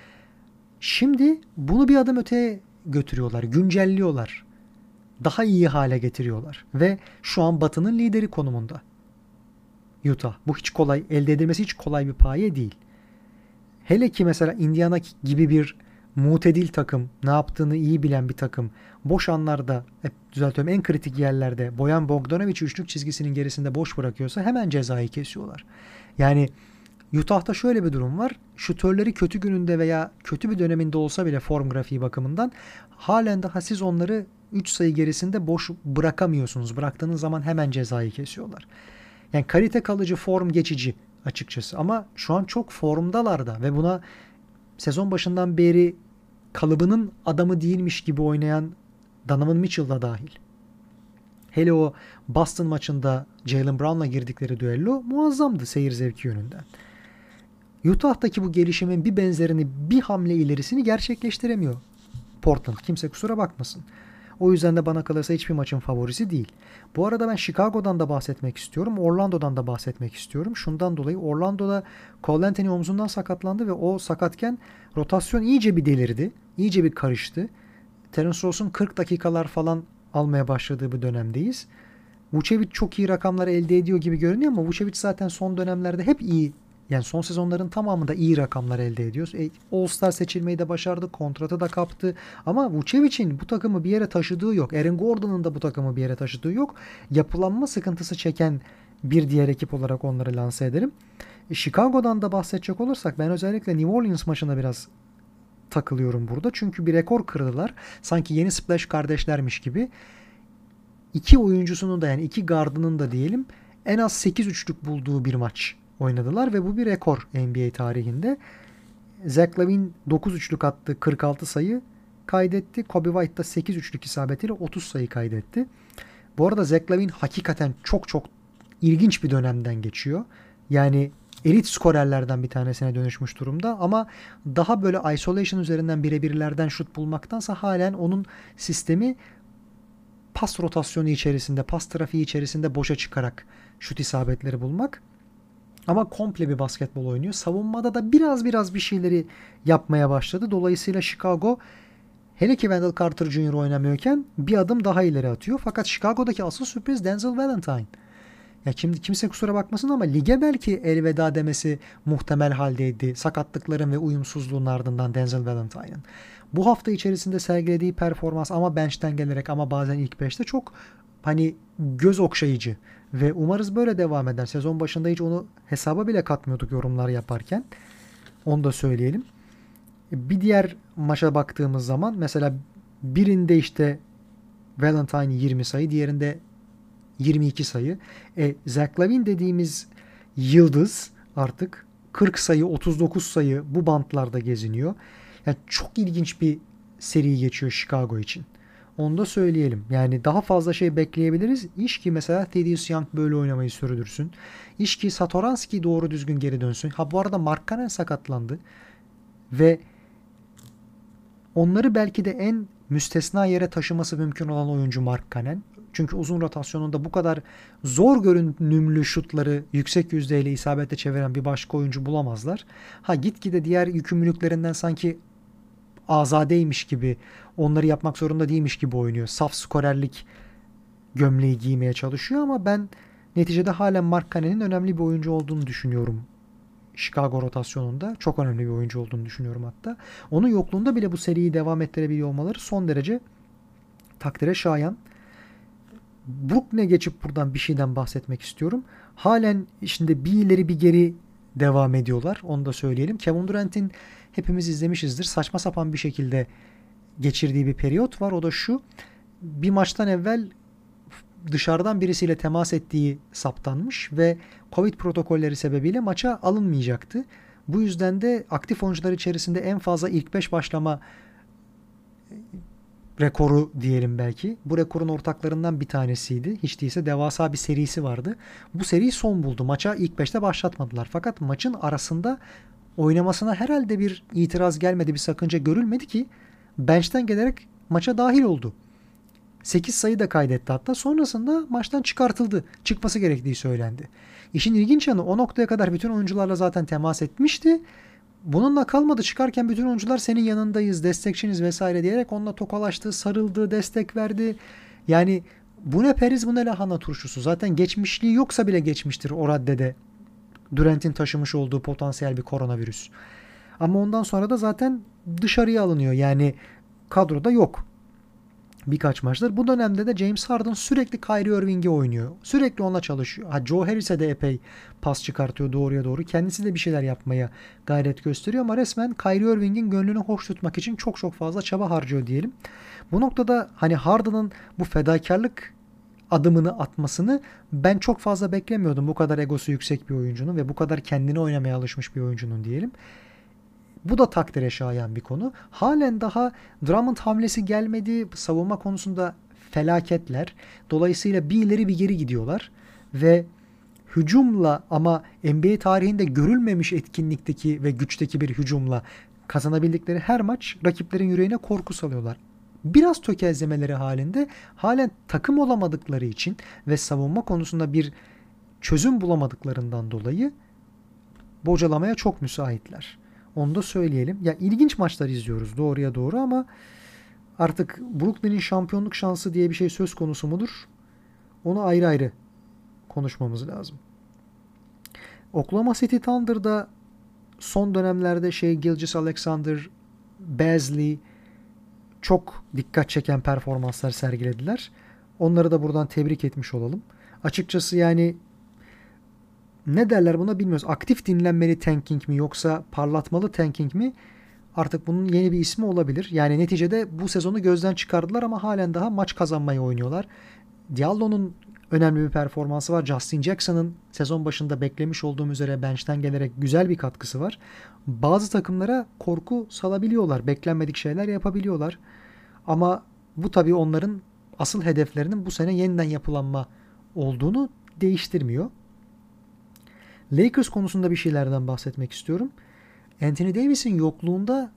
Şimdi bunu bir adım öteye götürüyorlar, güncelliyorlar. Daha iyi hale getiriyorlar. Ve şu an Batı'nın lideri konumunda Utah. Bu hiç kolay, elde edilmesi hiç kolay bir paye değil. Hele ki mesela Indiana gibi bir mutedil takım, ne yaptığını iyi bilen bir takım, boş anlarda, hep düzeltiyorum, en kritik yerlerde Bojan Bogdanovic üçlük çizgisinin gerisinde boş bırakıyorsa hemen cezayı kesiyorlar. Yani Utah'ta şöyle bir durum var. Şutörleri kötü gününde veya kötü bir döneminde olsa bile form grafiği bakımından halen daha siz onları 3 sayı gerisinde boş bırakamıyorsunuz. Bıraktığınız zaman hemen cezayı kesiyorlar. Yani kalite kalıcı, form geçici açıkçası. Ama şu an çok formdalar da ve buna sezon başından beri kalıbının adamı değilmiş gibi oynayan Donovan Mitchell da dahil. Hele o Boston maçında Jaylen Brown'la girdikleri düello muazzamdı seyir zevki yönünden. Utah'taki bu gelişimin bir benzerini, bir hamle ilerisini gerçekleştiremiyor Portland. Kimse kusura bakmasın. O yüzden de bana kalırsa hiçbir maçın favorisi değil. Bu arada ben Chicago'dan da bahsetmek istiyorum. Orlando'dan da bahsetmek istiyorum. Şundan dolayı Orlando'da Cole Anthony omzundan sakatlandı ve o sakatken rotasyon iyice bir delirdi. İyice bir karıştı. Terence Ross'un 40 dakikalar falan almaya başladığı bir dönemdeyiz. Vucevic çok iyi rakamlar elde ediyor gibi görünüyor ama Vucevic zaten son dönemlerde hep iyi, yani son sezonların tamamında iyi rakamlar elde ediyor. All-Star seçilmeyi de başardı, kontratı da kaptı. Ama Vucevic'in bu takımı bir yere taşıdığı yok. Aaron Gordon'ın da bu takımı bir yere taşıdığı yok. Yapılanma sıkıntısı çeken bir diğer ekip olarak onları lanse ederim. Chicago'dan da bahsedecek olursak ben özellikle New Orleans maçına biraz takılıyorum burada. Çünkü bir rekor kırdılar. Sanki yeni Splash kardeşlermiş gibi. İki oyuncusunun da, yani iki gardının da diyelim, en az 8 üçlük bulduğu bir maç oynadılar ve bu bir rekor NBA tarihinde. Zach Lavine 9 üçlük attı, 46 sayı kaydetti. Kobe White da 8 üçlük isabetiyle 30 sayı kaydetti. Bu arada Zach Lavine hakikaten çok çok ilginç bir dönemden geçiyor. Yani elit skorerlerden bir tanesine dönüşmüş durumda ama daha böyle isolation üzerinden birebirlerden şut bulmaktansa halen onun sistemi pas rotasyonu içerisinde, pas trafiği içerisinde boşa çıkarak şut isabetleri bulmak. Ama komple bir basketbol oynuyor. Savunmada da biraz bir şeyleri yapmaya başladı. Dolayısıyla Chicago, hele ki Wendell Carter Jr. oynamıyorken, bir adım daha ileri atıyor. Fakat Chicago'daki asıl sürpriz Denzel Valentine. Ya şimdi kimse kusura bakmasın ama lige belki elveda demesi muhtemel haldeydi. Sakatlıkların ve uyumsuzluğun ardından Denzel Valentine'ın. Bu hafta içerisinde sergilediği performans ama bench'ten gelerek ama bazen ilk 5'te çok hani göz okşayıcı ve umarız böyle devam eder. Sezon başında hiç onu hesaba bile katmıyorduk yorumlar yaparken. Onu da söyleyelim. Bir diğer maça baktığımız zaman mesela birinde işte Valentine 20 sayı, diğerinde 22 sayı. Zach Lavine dediğimiz yıldız artık 40 sayı, 39 sayı bu bantlarda geziniyor. Yani çok ilginç bir seri geçiyor Chicago için. Onu da söyleyelim. Yani daha fazla şey bekleyebiliriz. İş ki mesela Thaddeus Young böyle oynamayı sürdürsün. İş ki Satoranski doğru düzgün geri dönsün. Ha bu arada Markkanen sakatlandı. Ve onları belki de en müstesna yere taşıması mümkün olan oyuncu Markkanen. Çünkü uzun rotasyonunda bu kadar zor görünümlü şutları yüksek yüzdeyle isabetle çeviren bir başka oyuncu bulamazlar. Ha gitgide diğer yükümlülüklerinden sanki azadeymiş gibi, onları yapmak zorunda değilmiş gibi oynuyor. Saf skorerlik gömleği giymeye çalışıyor ama ben neticede halen Markkanen'in önemli bir oyuncu olduğunu düşünüyorum. Chicago rotasyonunda çok önemli bir oyuncu olduğunu düşünüyorum hatta. Onun yokluğunda bile bu seriyi devam ettirebiliyor olmaları son derece takdire şayan. Brooklyn'e geçip buradan bir şeyden bahsetmek istiyorum. Halen şimdi bir ileri bir geri devam ediyorlar. Onu da söyleyelim. Kevin Durant'in hepimiz izlemişizdir. Saçma sapan bir şekilde geçirdiği bir periyot var. O da şu. Bir maçtan evvel dışarıdan birisiyle temas ettiği saptanmış ve Covid protokolleri sebebiyle maça alınmayacaktı. Bu yüzden de aktif oyuncular içerisinde en fazla ilk 5 başlama rekoru diyelim belki. Bu rekorun ortaklarından bir tanesiydi. Hiç değilse devasa bir serisi vardı. Bu seri son buldu. Maça ilk 5'te başlatmadılar. Fakat maçın arasında oynamasına herhalde bir itiraz gelmedi, bir sakınca görülmedi ki bench'ten gelerek maça dahil oldu. 8 sayı da kaydetti hatta. Sonrasında maçtan çıkartıldı. Çıkması gerektiği söylendi. İşin ilginç yanı o noktaya kadar bütün oyuncularla zaten temas etmişti. Bununla kalmadı. Çıkarken bütün oyuncular senin yanındayız, destekçiniz vesaire diyerek onunla tokalaştı, sarıldı, destek verdi. Yani bu ne periz bu ne lahana turşusu. Zaten geçmişliği yoksa bile geçmiştir o raddede. Durant'in taşımış olduğu potansiyel bir koronavirüs. Ama ondan sonra da zaten dışarıya alınıyor. Yani kadroda yok. Birkaç maçtır. Bu dönemde de James Harden sürekli Kyrie Irving'e oynuyor. Sürekli ona çalışıyor. Joe Harris'e de epey pas çıkartıyor doğruya doğru. Kendisi de bir şeyler yapmaya gayret gösteriyor ama resmen Kyrie Irving'in gönlünü hoş tutmak için çok çok fazla çaba harcıyor diyelim. Bu noktada hani Harden'ın bu fedakarlık adımını atmasını ben çok fazla beklemiyordum. Bu kadar egosu yüksek bir oyuncunun ve bu kadar kendini oynamaya alışmış bir oyuncunun diyelim. Bu da takdire şayan bir konu. Halen daha Drummond hamlesi gelmedi. Savunma konusunda felaketler. Dolayısıyla bir ileri bir geri gidiyorlar. Ve hücumla ama NBA tarihinde görülmemiş etkinlikteki ve güçteki bir hücumla kazanabildikleri her maç rakiplerin yüreğine korku salıyorlar. biraz tökezlemeleri halinde halen takım olamadıkları için ve savunma konusunda bir çözüm bulamadıklarından dolayı bocalamaya çok müsaitler. Onu da söyleyelim. Ya ilginç maçlar izliyoruz doğruya doğru ama artık Brooklyn'in şampiyonluk şansı diye bir şey söz konusu mudur? Onu ayrı ayrı konuşmamız lazım. Oklahoma City Thunder'da son dönemlerde Gilgeous-Alexander, Bazley çok dikkat çeken performanslar sergilediler. Onları da buradan tebrik etmiş olalım. Açıkçası yani ne derler buna bilmiyoruz. Aktif dinlenmeli tanking mi yoksa parlatmalı tanking mi? Artık bunun yeni bir ismi olabilir. Yani neticede bu sezonu gözden çıkardılar ama halen daha maç kazanmayı oynuyorlar. Diallo'nun önemli bir performansı var. Justin Jackson'ın sezon başında beklemiş olduğum üzere bench'ten gelerek güzel bir katkısı var. Bazı takımlara korku salabiliyorlar. Beklenmedik şeyler yapabiliyorlar. Ama bu tabii onların asıl hedeflerinin bu sene yeniden yapılanma olduğunu değiştirmiyor. Lakers konusunda bir şeylerden bahsetmek istiyorum. Anthony Davis'in yokluğunda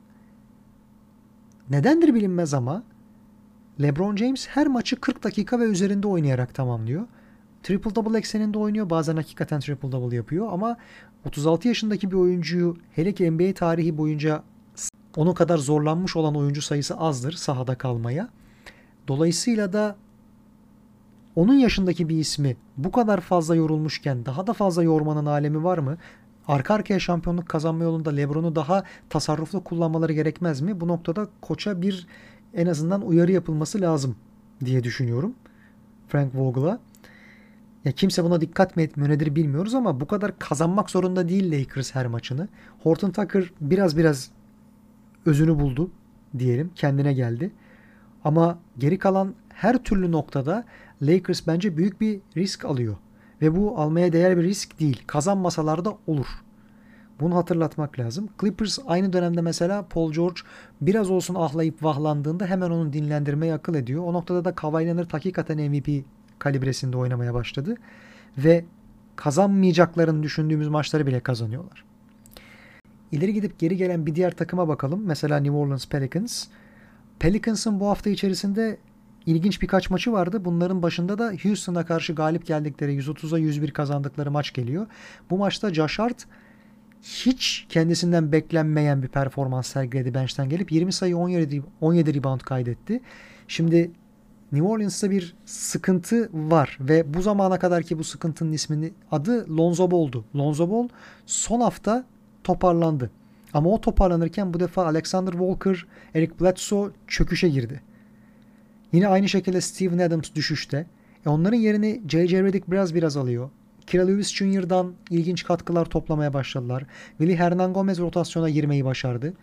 nedendir bilinmez ama LeBron James her maçı 40 dakika ve üzerinde oynayarak tamamlıyor. Triple double ekseninde oynuyor. Bazen hakikaten triple double yapıyor ama 36 yaşındaki bir oyuncuyu hele ki NBA tarihi boyunca onun kadar zorlanmış olan oyuncu sayısı azdır sahada kalmaya. Dolayısıyla da onun yaşındaki bir ismi bu kadar fazla yorulmuşken daha da fazla yormanın alemi var mı? Arka arkaya şampiyonluk kazanma yolunda LeBron'u daha tasarruflu kullanmaları gerekmez mi? Bu noktada koça bir en azından uyarı yapılması lazım diye düşünüyorum. Frank Vogel'a. Ya kimse buna dikkat mi etmiyor nedir bilmiyoruz ama bu kadar kazanmak zorunda değil Lakers her maçını. Horton Tucker biraz özünü buldu diyelim. Kendine geldi. Ama geri kalan her türlü noktada Lakers bence büyük bir risk alıyor. Ve bu almaya değer bir risk değil. Kazanmasalar da olur. Bunu hatırlatmak lazım. Clippers aynı dönemde mesela Paul George biraz olsun ahlayıp vahlandığında hemen onu dinlendirmeyi akıl ediyor. O noktada da Kawhi Leonard hakikaten MVP kalibresinde oynamaya başladı. Ve kazanmayacaklarını düşündüğümüz maçları bile kazanıyorlar. İleri gidip geri gelen bir diğer takıma bakalım. Mesela New Orleans Pelicans. Pelicans'ın bu hafta içerisinde ilginç birkaç maçı vardı. Bunların başında da Houston'a karşı galip geldikleri 130'a 101 kazandıkları maç geliyor. Bu maçta Josh Hart hiç kendisinden beklenmeyen bir performans sergiledi bench'ten gelip 20 sayı 17 rebound kaydetti. Şimdi New Orleans'ta bir sıkıntı var ve bu zamana kadar ki bu sıkıntının adı Lonzo Ball'du. Lonzo Ball son hafta toparlandı. Ama o toparlanırken bu defa Alexander Walker, Eric Bledsoe çöküşe girdi. Yine aynı şekilde Steven Adams düşüşte. Onların yerini J.J. Redick biraz alıyor. Kira Lewis Jr.'dan ilginç katkılar toplamaya başladılar. Willy Hernangomez rotasyona girmeyi başardı.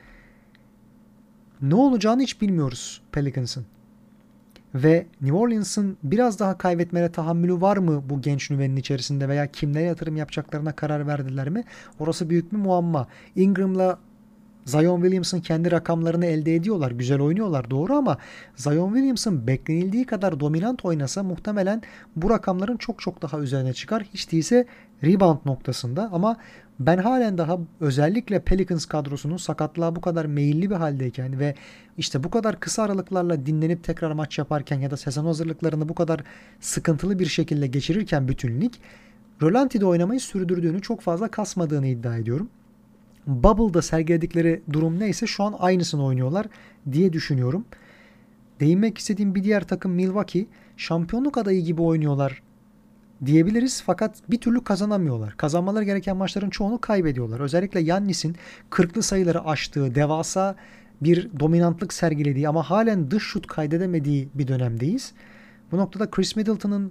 Ne olacağını hiç bilmiyoruz Pelicans'ın. Ve New Orleans'ın biraz daha kaybetmeye tahammülü var mı bu genç nüvenin içerisinde veya kimlere yatırım yapacaklarına karar verdiler mi? Orası büyük bir muamma. Ingram'la Zion Williamson kendi rakamlarını elde ediyorlar. Güzel oynuyorlar doğru ama Zion Williamson beklenildiği kadar dominant oynasa muhtemelen bu rakamların çok daha üzerine çıkar. Hiç değilse rebound noktasında ama ben halen daha özellikle Pelicans kadrosunun sakatlığa bu kadar meyilli bir haldeyken ve işte bu kadar kısa aralıklarla dinlenip tekrar maç yaparken ya da sezon hazırlıklarını bu kadar sıkıntılı bir şekilde geçirirken bütün lig rölanti'de oynamayı sürdürdüğünü, çok fazla kasmadığını iddia ediyorum. Bubble'da sergiledikleri durum neyse şu an aynısını oynuyorlar diye düşünüyorum. Değinmek istediğim bir diğer takım Milwaukee. Şampiyonluk adayı gibi oynuyorlar diyebiliriz fakat bir türlü kazanamıyorlar. Kazanmaları gereken maçların çoğunu kaybediyorlar. Özellikle Giannis'in 40'lı sayıları aştığı, devasa bir dominantlık sergilediği ama halen dış şut kaydedemediği bir dönemdeyiz. Bu noktada Chris Middleton'ın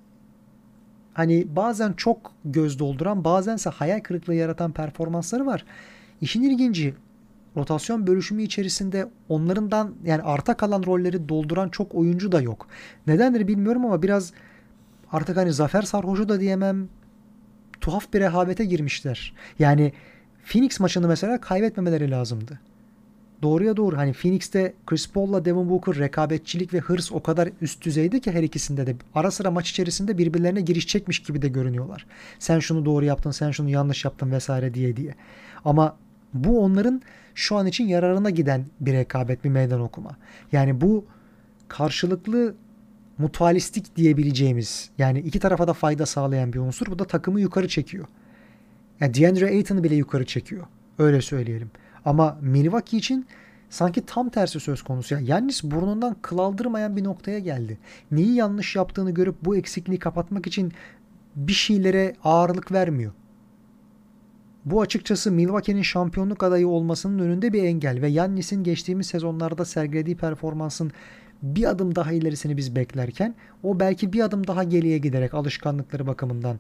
hani bazen çok göz dolduran, bazense hayal kırıklığı yaratan performansları var. İşin ilginci, rotasyon bölüşümü içerisinde onlarından yani arta kalan rolleri dolduran çok oyuncu da yok. Nedendir bilmiyorum ama biraz artık hani zafer sarhoşu da diyemem, tuhaf bir rehavete girmişler. Yani Phoenix maçını mesela kaybetmemeleri lazımdı. Doğruya doğru hani Phoenix'te Chris Paul'la Devin Booker rekabetçilik ve hırs o kadar üst düzeydi ki her ikisinde de ara sıra maç içerisinde birbirlerine girişecekmiş gibi de görünüyorlar. Sen şunu doğru yaptın, sen şunu yanlış yaptın vesaire diye. Ama bu onların şu an için yararına giden bir rekabet, bir meydan okuma. Yani bu karşılıklı mutualistik diyebileceğimiz, yani iki tarafa da fayda sağlayan bir unsur. Bu da takımı yukarı çekiyor. Yani DeAndre Ayton'u bile yukarı çekiyor. Öyle söyleyelim. Ama Milwaukee için sanki tam tersi söz konusu. Yani Giannis burnundan kıl aldırmayan bir noktaya geldi. Neyi yanlış yaptığını görüp bu eksikliği kapatmak için bir şeylere ağırlık vermiyor. Bu açıkçası Milwaukee'nin şampiyonluk adayı olmasının önünde bir engel ve Giannis'in geçtiğimiz sezonlarda sergilediği performansın bir adım daha ilerisini biz beklerken o belki bir adım daha geriye giderek alışkanlıkları bakımından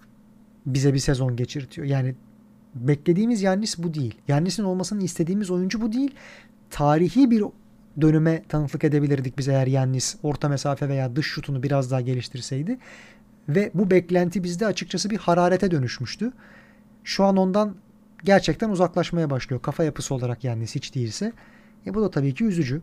bize bir sezon geçirtiyor. Yani beklediğimiz Giannis bu değil. Giannis'in olmasını istediğimiz oyuncu bu değil. Tarihi bir dönüme tanıklık edebilirdik biz eğer Giannis orta mesafe veya dış şutunu biraz daha geliştirseydi. Ve bu beklenti bizde açıkçası bir hararete dönüşmüştü. Şu an ondan gerçekten uzaklaşmaya başlıyor. Kafa yapısı olarak Giannis hiç değilse. Bu da tabii ki üzücü.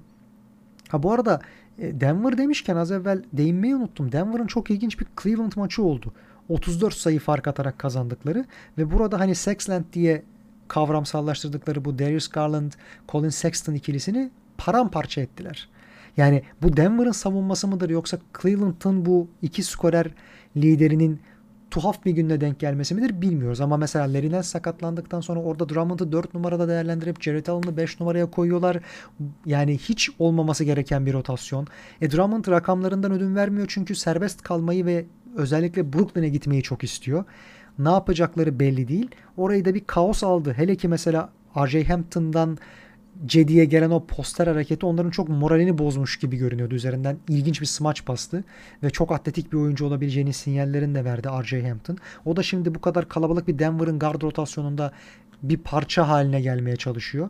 Ha bu arada Denver demişken az evvel değinmeyi unuttum. Denver'ın çok ilginç bir Cleveland maçı oldu. 34 sayı fark atarak kazandıkları ve burada hani Sexland diye kavramsallaştırdıkları bu Darius Garland, Colin Sexton ikilisini paramparça ettiler. Yani bu Denver'ın savunması mıdır yoksa Cleveland'ın bu iki skorer liderinin tuhaf bir günde denk gelmesi midir bilmiyoruz. Ama mesela Larry Nance sakatlandıktan sonra orada Drummond'u 4 numarada değerlendirip Jarrett Allen'ı 5 numaraya koyuyorlar. Yani hiç olmaması gereken bir rotasyon. Drummond rakamlarından ödün vermiyor çünkü serbest kalmayı ve özellikle Brooklyn'e gitmeyi çok istiyor. Ne yapacakları belli değil. Orayı da bir kaos aldı. Hele ki mesela R.J. Hampton'dan Cedi'ye gelen o poster hareketi onların çok moralini bozmuş gibi görünüyordu. Üzerinden ilginç bir smaç bastı ve çok atletik bir oyuncu olabileceğini sinyallerini de verdi R.J. Hampton. O da şimdi bu kadar kalabalık bir Denver'ın guard rotasyonunda bir parça haline gelmeye çalışıyor.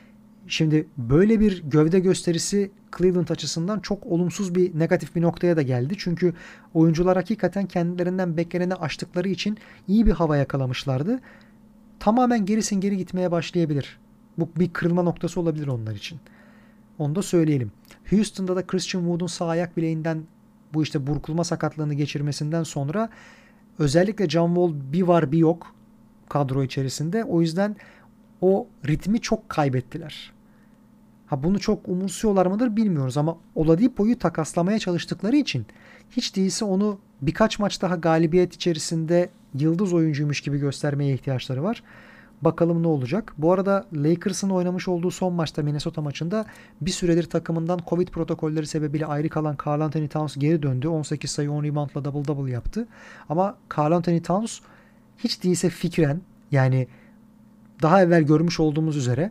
Şimdi böyle bir gövde gösterisi Cleveland açısından çok olumsuz bir negatif bir noktaya da geldi. Çünkü oyuncular hakikaten kendilerinden bekleneni aştıkları için iyi bir hava yakalamışlardı. Tamamen gerisin geri gitmeye başlayabilir. Bu bir kırılma noktası olabilir onlar için. Onu da söyleyelim. Houston'da da Christian Wood'un sağ ayak bileğinden bu işte burkulma sakatlığını geçirmesinden sonra özellikle John Wall bir var bir yok kadro içerisinde. O yüzden o ritmi çok kaybettiler. Ha bunu çok umursuyorlar mıdır bilmiyoruz ama Oladipo'yu takaslamaya çalıştıkları için hiç değilse onu birkaç maç daha galibiyet içerisinde yıldız oyuncuymuş gibi göstermeye ihtiyaçları var. Bakalım ne olacak. Bu arada Lakers'ın oynamış olduğu son maçta Minnesota maçında bir süredir takımından Covid protokolleri sebebiyle ayrı kalan Karl Anthony Towns geri döndü. 18 sayı 10 reboundla double double yaptı. Ama Karl Anthony Towns hiç değilse fikren yani daha evvel görmüş olduğumuz üzere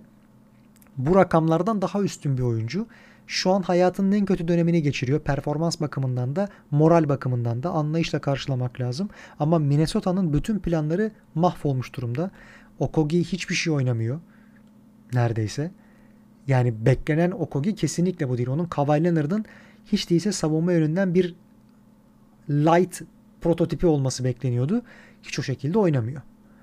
bu rakamlardan daha üstün bir oyuncu. Şu an hayatının en kötü dönemini geçiriyor. Performans bakımından da, moral bakımından da anlayışla karşılamak lazım. Ama Minnesota'nın bütün planları mahvolmuş durumda. Okogie hiçbir şey oynamıyor. Neredeyse. Yani beklenen Okogie kesinlikle bu değil. Onun Kawhi Leonard'ın hiç değilse savunma yönünden bir light prototipi olması bekleniyordu. Hiç o şekilde oynamıyor.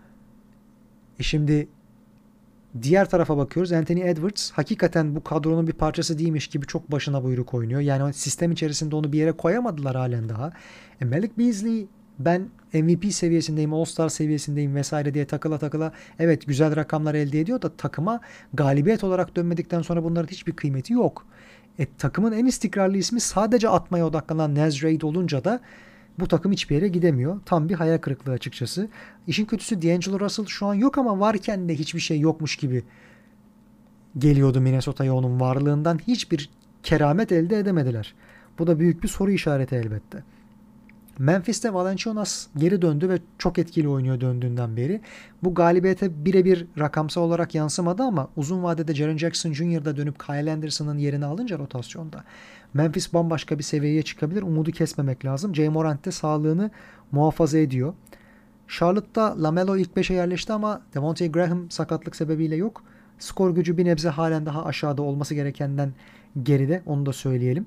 Şimdi diğer tarafa bakıyoruz. Anthony Edwards hakikaten bu kadronun bir parçası değilmiş gibi çok başına buyruk oynuyor. Yani sistem içerisinde onu bir yere koyamadılar halen daha. Malik Beasley ben MVP seviyesindeyim, All-Star seviyesindeyim vesaire diye takıla takıla evet güzel rakamlar elde ediyor da takıma galibiyet olarak dönmedikten sonra bunların hiçbir kıymeti yok. Takımın en istikrarlı ismi sadece atmaya odaklanan Naz Reid olunca da bu takım hiçbir yere gidemiyor. Tam bir hayal kırıklığı açıkçası. İşin kötüsü D'Angelo Russell şu an yok ama varken de hiçbir şey yokmuş gibi geliyordu Minnesota'ya onun varlığından. Hiçbir keramet elde edemediler. Bu da büyük bir soru işareti elbette. Memphis'te Valanciunas geri döndü ve çok etkili oynuyor döndüğünden beri. Bu galibiyete birebir rakamsal olarak yansımadı ama uzun vadede Jaren Jackson Jr.'da dönüp Kyle Anderson'ın yerini alınca rotasyonda Memphis bambaşka bir seviyeye çıkabilir. Umudu kesmemek lazım. J. Morant de sağlığını muhafaza ediyor. Charlotte'da LaMelo ilk 5'e yerleşti ama Devontae Graham sakatlık sebebiyle yok. Skor gücü bir nebze halen daha aşağıda olması gerekenden geride. Onu da söyleyelim.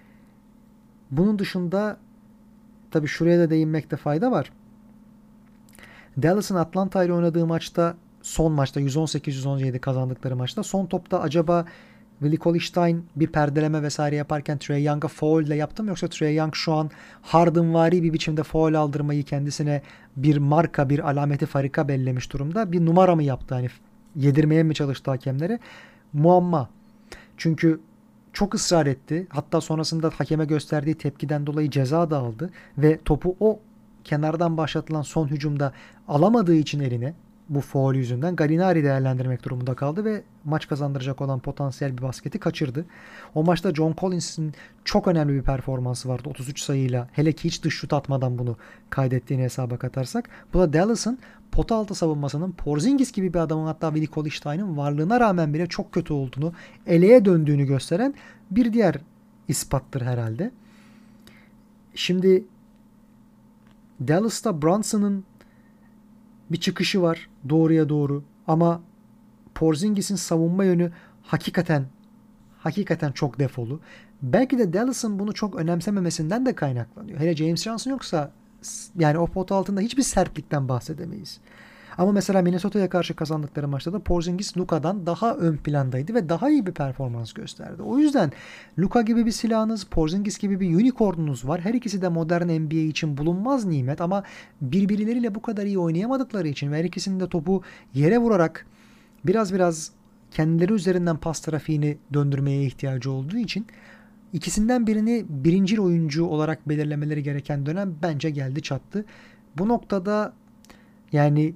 Bunun dışında tabii şuraya da değinmekte fayda var. Dallas'ın Atlanta ile oynadığı maçta son maçta 118-117 kazandıkları maçta son topta acaba Willie Cauley-Stein bir perdeleme vesaire yaparken Trae Young'a foul ile yaptı mı yoksa Trae Young şu an Hardenvari bir biçimde foul aldırmayı kendisine bir marka bir alameti farika bellemiş durumda bir numara mı yaptı hani yedirmeye mi çalıştı hakemlere muamma. Çünkü Çok ısrar etti. Hatta sonrasında hakeme gösterdiği tepkiden dolayı ceza da aldı ve topu o kenardan başlatılan son hücumda alamadığı için eline, bu faul yüzünden Gallinari değerlendirmek durumunda kaldı ve maç kazandıracak olan potansiyel bir basketi kaçırdı. O maçta John Collins'in çok önemli bir performansı vardı 33 sayıyla. Hele ki hiç dış şut atmadan bunu kaydettiğini hesaba katarsak. Bu da Dallas'ın pota altı savunmasının Porzingis gibi bir adamın, hatta Willi Cauley-Stein'in varlığına rağmen bile çok kötü olduğunu, eleğe döndüğünü gösteren bir diğer ispattır herhalde. Şimdi Dallas'ta Brunson'ın bir çıkışı var doğruya doğru ama Porzingis'in savunma yönü hakikaten çok defolu. Belki de Dallas'ın bunu çok önemsememesinden de kaynaklanıyor. Hele James Johnson yoksa yani o pot altında hiçbir sertlikten bahsedemeyiz. Ama mesela Minnesota'ya karşı kazandıkları maçta da Porzingis Luka'dan daha ön plandaydı ve daha iyi bir performans gösterdi. O yüzden Luka gibi bir silahınız, Porzingis gibi bir unicornunuz var. Her ikisi de modern NBA için bulunmaz nimet ama birbirleriyle bu kadar iyi oynayamadıkları için ve her ikisinin de topu yere vurarak biraz kendileri üzerinden pas trafiğini döndürmeye ihtiyacı olduğu için ikisinden birini birincil oyuncu olarak belirlemeleri gereken dönem bence geldi çattı. Bu noktada yani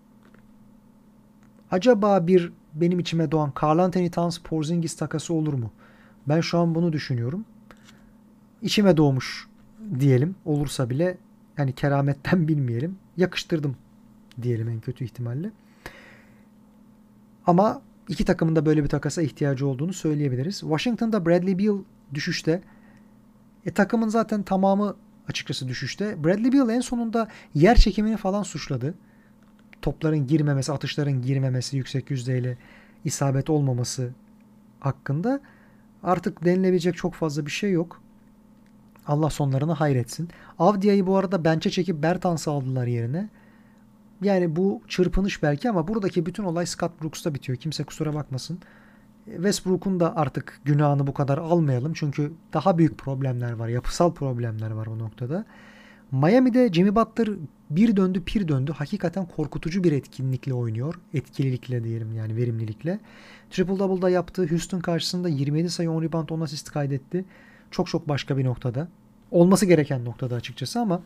acaba bir benim içime doğan Karl Anthony Towns Porzingis takası olur mu? Ben şu an bunu düşünüyorum. İçime doğmuş diyelim. Olursa bile yani kerametten bilmeyelim. Yakıştırdım diyelim en kötü ihtimalle. Ama iki takımın da böyle bir takasa ihtiyacı olduğunu söyleyebiliriz. Washington'da Bradley Beal düşüşte. Takımın zaten tamamı açıkçası düşüşte. Bradley Beal en sonunda yer çekimini falan suçladı. Topların girmemesi, atışların girmemesi, yüksek yüzdeyle isabet olmaması hakkında artık denilebilecek çok fazla bir şey yok. Allah sonlarını hayretsin. Avdia'yı bu arada bench'e çekip Bertans'ı aldılar yerine. Yani bu çırpınış belki ama buradaki bütün olay Scott Brooks'ta bitiyor. Kimse kusura bakmasın. Westbrook'un da artık günahını bu kadar almayalım. Çünkü daha büyük problemler var. Yapısal problemler var bu noktada. Miami'de Jimmy Butler bir döndü pir döndü. Hakikaten korkutucu bir etkinlikle oynuyor. Etkililikle diyelim yani verimlilikle. Triple double'da yaptığı Houston karşısında 27 sayı 10 rebound 10 asist kaydetti. Çok başka bir noktada. Olması gereken noktada açıkçası ama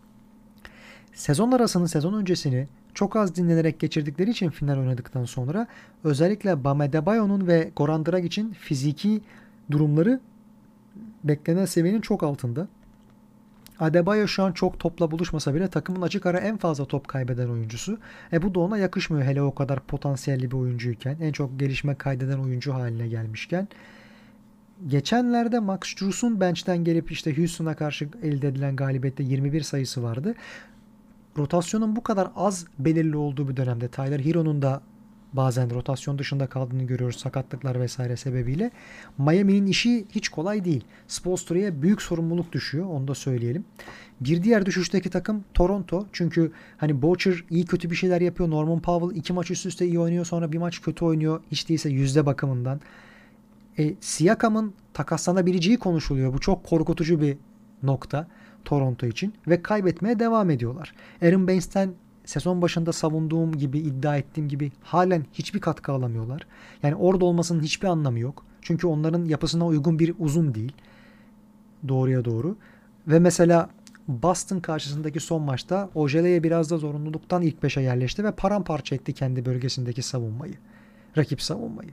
sezon arasını, sezon öncesini çok az dinlenerek geçirdikleri için final oynadıktan sonra özellikle Bam Adebayo'nun ve Goran Dragic'in fiziki durumları beklenen seviyenin çok altında. Adebayo şu an çok topla buluşmasa bile takımın açık ara en fazla top kaybeden oyuncusu. Bu da ona yakışmıyor hele o kadar potansiyelli bir oyuncuyken. En çok gelişme kaydeden oyuncu haline gelmişken. Geçenlerde Max Strus'un bench'ten gelip işte Houston'a karşı elde edilen galibiyette 21 sayısı vardı. Rotasyonun bu kadar az belirli olduğu bir dönemde Tyler Hero'nun da bazen rotasyon dışında kaldığını görüyoruz sakatlıklar vesaire sebebiyle. Miami'nin işi hiç kolay değil. Spoelstra'ya büyük sorumluluk düşüyor, onu da söyleyelim. Bir diğer düşüşteki takım Toronto. Çünkü hani Boucher iyi kötü bir şeyler yapıyor. Norman Powell 2 maç üst üste iyi oynuyor, sonra bir maç kötü oynuyor. Hiç değilse yüzde bakımından. Siakam'ın takaslanabileceği konuşuluyor. Bu çok korkutucu bir nokta Toronto için ve kaybetmeye devam ediyorlar. Aaron Baines'ten sezon başında savunduğum gibi, iddia ettiğim gibi halen hiçbir katkı alamıyorlar. Yani orada olmasının hiçbir anlamı yok. Çünkü onların yapısına uygun bir uzun değil. Doğruya doğru. Ve mesela Boston karşısındaki son maçta Ojele'ye biraz da zorunluluktan ilk 5'e yerleşti ve paramparça etti kendi bölgesindeki savunmayı. Rakip savunmayı.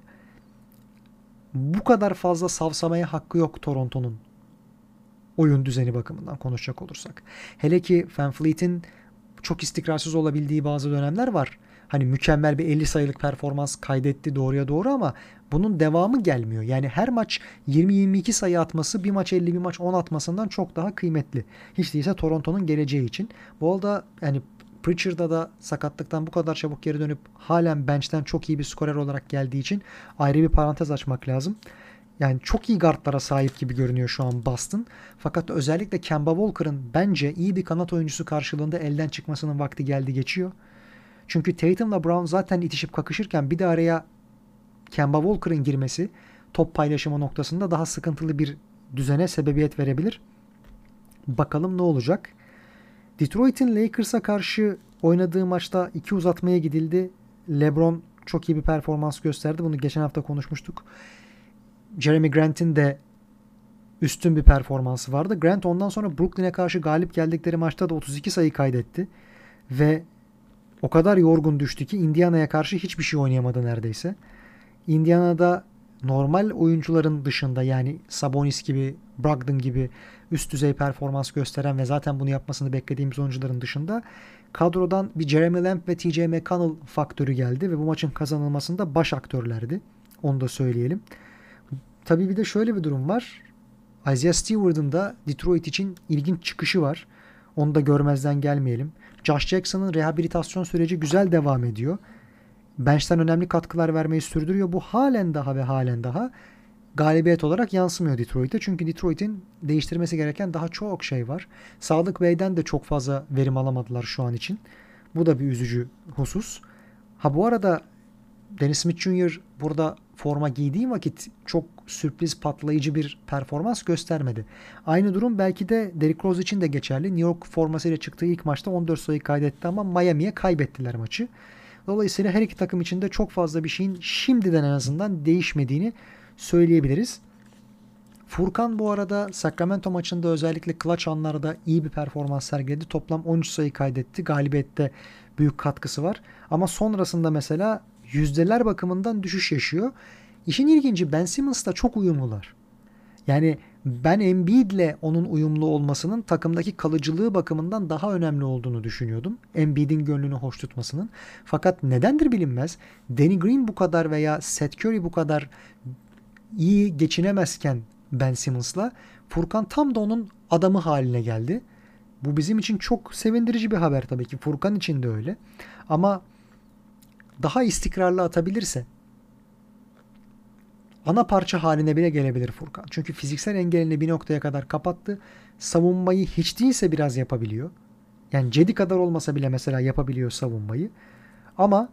Bu kadar fazla savsamaya hakkı yok Toronto'nun oyun düzeni bakımından konuşacak olursak. Hele ki VanVleet'in çok istikrarsız olabildiği bazı dönemler var. Hani mükemmel bir 50 sayılık performans kaydetti doğruya doğru ama bunun devamı gelmiyor. Yani her maç 20-22 sayı atması bir maç 50 bir maç 10 atmasından çok daha kıymetli. Hiç değilse Toronto'nun geleceği için. Bu arada yani Pritchard'da da sakatlıktan bu kadar çabuk geri dönüp halen bench'ten çok iyi bir skorer olarak geldiği için ayrı bir parantez açmak lazım. Yani çok iyi guardlara sahip gibi görünüyor şu an Boston. Fakat özellikle Kemba Walker'ın bence iyi bir kanat oyuncusu karşılığında elden çıkmasının vakti geldi geçiyor. Çünkü Tatum'la Brown zaten itişip kakışırken bir de araya Kemba Walker'ın girmesi top paylaşımı noktasında daha sıkıntılı bir düzene sebebiyet verebilir. Bakalım ne olacak. Detroit'in Lakers'a karşı oynadığı maçta 2 uzatmaya gidildi. LeBron çok iyi bir performans gösterdi. Bunu geçen hafta konuşmuştuk. Jeremy Grant'in de üstün bir performansı vardı. Grant ondan sonra Brooklyn'e karşı galip geldikleri maçta da 32 sayı kaydetti. Ve o kadar yorgun düştü ki Indiana'ya karşı hiçbir şey oynayamadı neredeyse. Indiana'da normal oyuncuların dışında, yani Sabonis gibi, Brogdon gibi üst düzey performans gösteren ve zaten bunu yapmasını beklediğimiz oyuncuların dışında kadrodan bir Jeremy Lamb ve TJ McConnell faktörü geldi ve bu maçın kazanılmasında baş aktörlerdi. Onu da söyleyelim. Tabii bir de şöyle bir durum var. Isaiah Steward'ın da Detroit için ilginç çıkışı var. Onu da görmezden gelmeyelim. Josh Jackson'ın rehabilitasyon süreci güzel devam ediyor. Bench'ten önemli katkılar vermeyi sürdürüyor. Bu halen daha galibiyet olarak yansımıyor Detroit'e. Çünkü Detroit'in değiştirmesi gereken daha çok şey var. Sadık Bey'den de çok fazla verim alamadılar şu an için. Bu da bir üzücü husus. Ha bu arada Dennis Smith Jr. burada forma giydiği vakit çok sürpriz, patlayıcı bir performans göstermedi. Aynı durum belki de Derrick Rose için de geçerli. New York formasıyla çıktığı ilk maçta 14 sayı kaydetti ama Miami'ye kaybettiler maçı. Dolayısıyla her iki takım için de çok fazla bir şeyin şimdiden en azından değişmediğini söyleyebiliriz. Furkan bu arada Sacramento maçında özellikle clutch anlarda iyi bir performans sergiledi. Toplam 13 sayı kaydetti. Galibiyette büyük katkısı var. Ama sonrasında mesela yüzdeler bakımından düşüş yaşıyor. İşin ilginci, Ben Simmons'la çok uyumlular. Yani ben Embiid'le onun uyumlu olmasının takımdaki kalıcılığı bakımından daha önemli olduğunu düşünüyordum. Embiid'in gönlünü hoş tutmasının. Fakat nedendir bilinmez. Danny Green bu kadar veya Seth Curry bu kadar iyi geçinemezken Ben Simmons'la Furkan tam da onun adamı haline geldi. Bu bizim için çok sevindirici bir haber tabii ki. Furkan için de öyle. Ama daha istikrarlı atabilirse ana parça haline bile gelebilir Furkan. Çünkü fiziksel engelini bir noktaya kadar kapattı. Savunmayı hiç değilse biraz yapabiliyor. Yani Cedi kadar olmasa bile mesela yapabiliyor savunmayı. Ama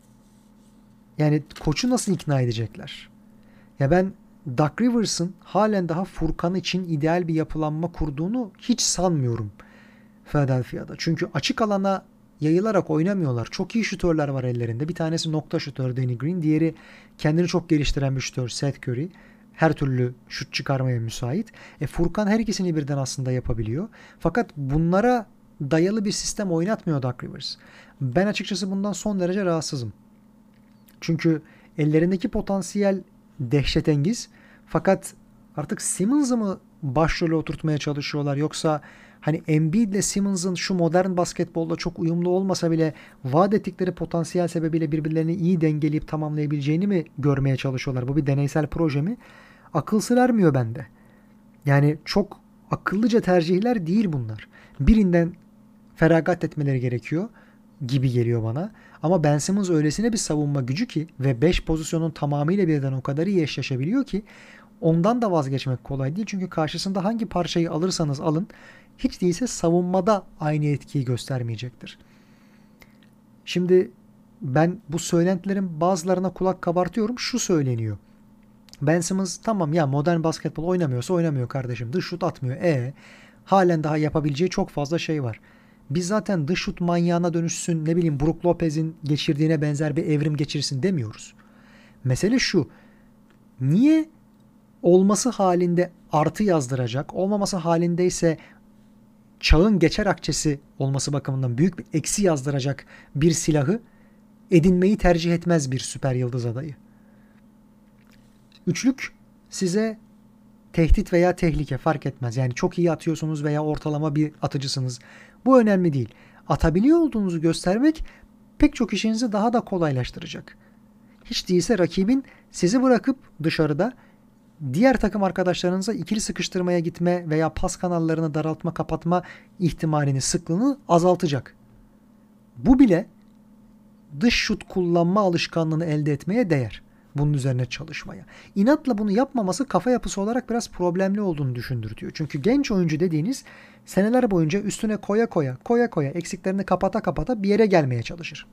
yani koçu nasıl ikna edecekler? Ya ben Doc Rivers'ın halen daha Furkan için ideal bir yapılanma kurduğunu hiç sanmıyorum Philadelphia'da. Çünkü açık alana yayılarak oynamıyorlar. Çok iyi şutörler var ellerinde. Bir tanesi nokta şutör Danny Green. Diğeri kendini çok geliştiren bir şutör Seth Curry. Her türlü şut çıkarmaya müsait. Furkan her ikisini birden aslında yapabiliyor. Fakat bunlara dayalı bir sistem oynatmıyor Doc Rivers. Ben açıkçası bundan son derece rahatsızım. Çünkü ellerindeki potansiyel dehşetengiz. Fakat artık Simmons'ı mı başrole oturtmaya çalışıyorlar, yoksa hani Embiid ile Simmons'ın şu modern basketbolda çok uyumlu olmasa bile vaat ettikleri potansiyel sebebiyle birbirlerini iyi dengeleyip tamamlayabileceğini mi görmeye çalışıyorlar? Bu bir deneysel proje mi? Akıl sır ermiyor bende. Yani çok akıllıca tercihler değil bunlar. Birinden feragat etmeleri gerekiyor gibi geliyor bana. Ama Ben Simmons öylesine bir savunma gücü ki ve 5 pozisyonun tamamıyla birden o kadar iyi eşleşebiliyor ki ondan da vazgeçmek kolay değil. Çünkü karşısında hangi parçayı alırsanız alın hiç değilse savunmada aynı etkiyi göstermeyecektir. Şimdi ben bu söylentilerin bazılarına kulak kabartıyorum. Şu söyleniyor. Ben Simmons tamam ya modern basketbol oynamıyorsa oynamıyor kardeşim. Dış şut atmıyor. Halen daha yapabileceği çok fazla şey var. Biz zaten dış şut manyağına dönüşsün, ne bileyim Brook Lopez'in geçirdiğine benzer bir evrim geçirsin demiyoruz. Mesele şu. Niye olması halinde artı yazdıracak, olmaması halindeyse çağın geçer akçesi olması bakımından büyük bir eksi yazdıracak bir silahı edinmeyi tercih etmez bir süper yıldız adayı? Üçlük size tehdit veya tehlike fark etmez. Yani çok iyi atıyorsunuz veya ortalama bir atıcısınız. Bu önemli değil. Atabiliyor olduğunuzu göstermek pek çok işinizi daha da kolaylaştıracak. Hiç değilse rakibin sizi bırakıp dışarıda diğer takım arkadaşlarınıza ikili sıkıştırmaya gitme veya pas kanallarını daraltma, kapatma ihtimalini, sıklığını azaltacak. Bu bile dış şut kullanma alışkanlığını elde etmeye değer. Bunun üzerine çalışmaya. İnatla bunu yapmaması kafa yapısı olarak biraz problemli olduğunu düşündürtüyor. Çünkü genç oyuncu dediğiniz seneler boyunca üstüne koya koya eksiklerini kapata bir yere gelmeye çalışır.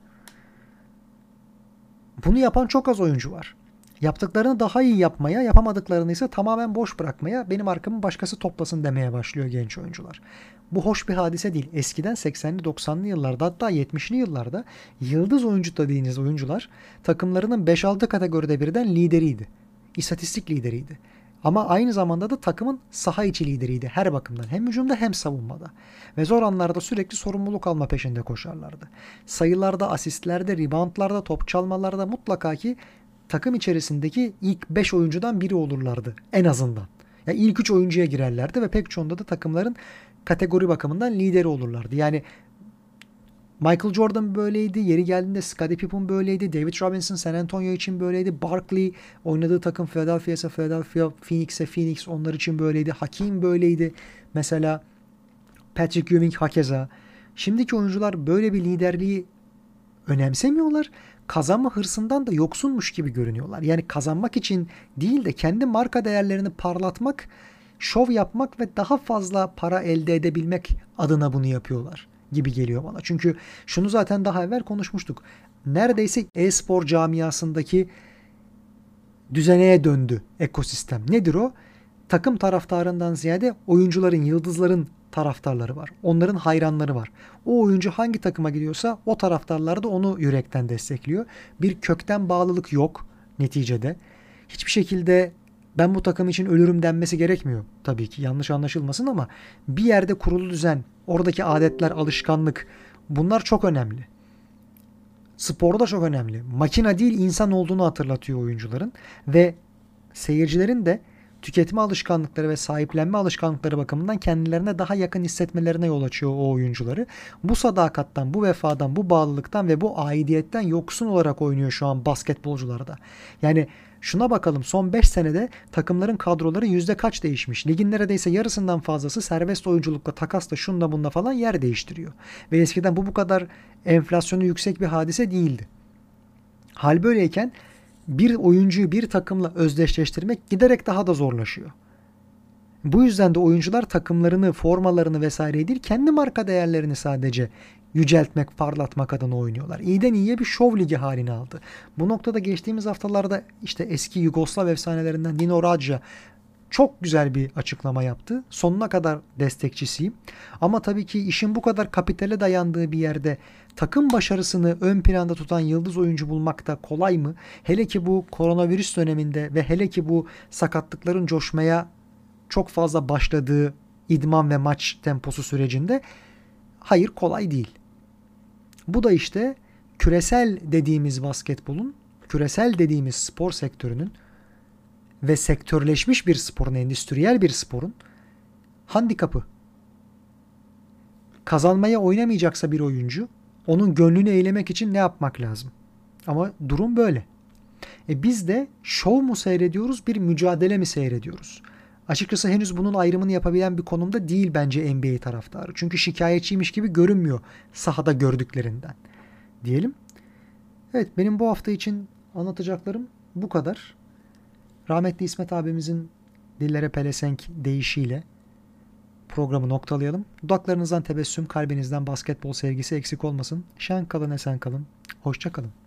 Bunu yapan çok az oyuncu var. Yaptıklarını daha iyi yapmaya, yapamadıklarını ise tamamen boş bırakmaya, benim arkamı başkası toplasın demeye başlıyor genç oyuncular. Bu hoş bir hadise değil. Eskiden 80'li 90'lı yıllarda, hatta 70'li yıllarda yıldız oyuncu dediğiniz oyuncular takımlarının 5-6 kategoride birden lideriydi. istatistik lideriydi. Ama aynı zamanda da takımın saha içi lideriydi her bakımdan. Hem hücumda hem savunmada. Ve zor anlarda sürekli sorumluluk alma peşinde koşarlardı. Sayılarda, asistlerde, reboundlarda, top çalmalarda mutlaka ki takım içerisindeki ilk 5 oyuncudan biri olurlardı en azından. Yani ilk 3 oyuncuya girerlerdi ve pek çoğunda da takımların kategori bakımından lideri olurlardı. Yani Michael Jordan böyleydi. Yeri geldiğinde Scottie Pippen böyleydi. David Robinson San Antonio için böyleydi. Barkley oynadığı takım Philadelphia, Phoenix onlar için böyleydi. Hakim böyleydi. Mesela Patrick Ewing hakeza. Şimdiki oyuncular böyle bir liderliği önemsemiyorlar. Kazanma hırsından da yoksunmuş gibi görünüyorlar. Yani kazanmak için değil de kendi marka değerlerini parlatmak, şov yapmak ve daha fazla para elde edebilmek adına bunu yapıyorlar gibi geliyor bana. Çünkü şunu zaten daha evvel konuşmuştuk. Neredeyse e-spor camiasındaki düzeneye döndü ekosistem. Nedir o? Takım taraftarından ziyade oyuncuların, yıldızların taraftarları var. Onların hayranları var. O oyuncu hangi takıma gidiyorsa o taraftarlar da onu yürekten destekliyor. Bir kökten bağlılık yok neticede. Hiçbir şekilde ben bu takım için ölürüm denmesi gerekmiyor. Tabii ki yanlış anlaşılmasın ama bir yerde kurulu düzen, oradaki adetler, alışkanlık bunlar çok önemli. Sporda çok önemli. Makina değil insan olduğunu hatırlatıyor oyuncuların ve seyircilerin de tüketme alışkanlıkları ve sahiplenme alışkanlıkları bakımından kendilerine daha yakın hissetmelerine yol açıyor o oyuncuları. Bu sadakattan, bu vefadan, bu bağlılıktan ve bu aidiyetten yoksun olarak oynuyor şu an basketbolcular da. Yani şuna bakalım son 5 senede takımların kadroları yüzde kaç değişmiş. Ligin neredeyse yarısından fazlası serbest oyunculukla, takasla, şunla bunla falan yer değiştiriyor. Ve eskiden bu kadar enflasyonu yüksek bir hadise değildi. Hal böyleyken bir oyuncuyu bir takımla özdeşleştirmek giderek daha da zorlaşıyor. Bu yüzden de oyuncular takımlarını, formalarını vesaire değil, kendi marka değerlerini sadece yüceltmek, parlatmak adına oynuyorlar. İyiden iyiye bir şov ligi haline aldı. Bu noktada geçtiğimiz haftalarda işte eski Yugoslav efsanelerinden Dino Radja çok güzel bir açıklama yaptı. Sonuna kadar destekçisiyim. Ama tabii ki işin bu kadar kapitale dayandığı bir yerde takım başarısını ön planda tutan yıldız oyuncu bulmak da kolay mı? Hele ki bu koronavirüs döneminde ve hele ki bu sakatlıkların coşmaya çok fazla başladığı idman ve maç temposu sürecinde hayır kolay değil. Bu da işte küresel dediğimiz basketbolun, küresel dediğimiz spor sektörünün ve sektörleşmiş bir sporun, endüstriyel bir sporun handikapı. Kazanmaya oynamayacaksa bir oyuncu, onun gönlünü eğlemek için ne yapmak lazım? Ama durum böyle. Biz de şov mu seyrediyoruz, bir mücadele mi seyrediyoruz? Açıkçası henüz bunun ayrımını yapabilen bir konumda değil bence NBA taraftarı. Çünkü şikayetçiymiş gibi görünmüyor sahada gördüklerinden. Diyelim. Evet, benim bu hafta için anlatacaklarım bu kadar. Rahmetli İsmet abimizin dillere pelesenk deyişiyle programı noktalayalım. Dudaklarınızdan tebessüm, kalbinizden basketbol sevgisi eksik olmasın. Şen kalın, esen kalın. Hoşça kalın.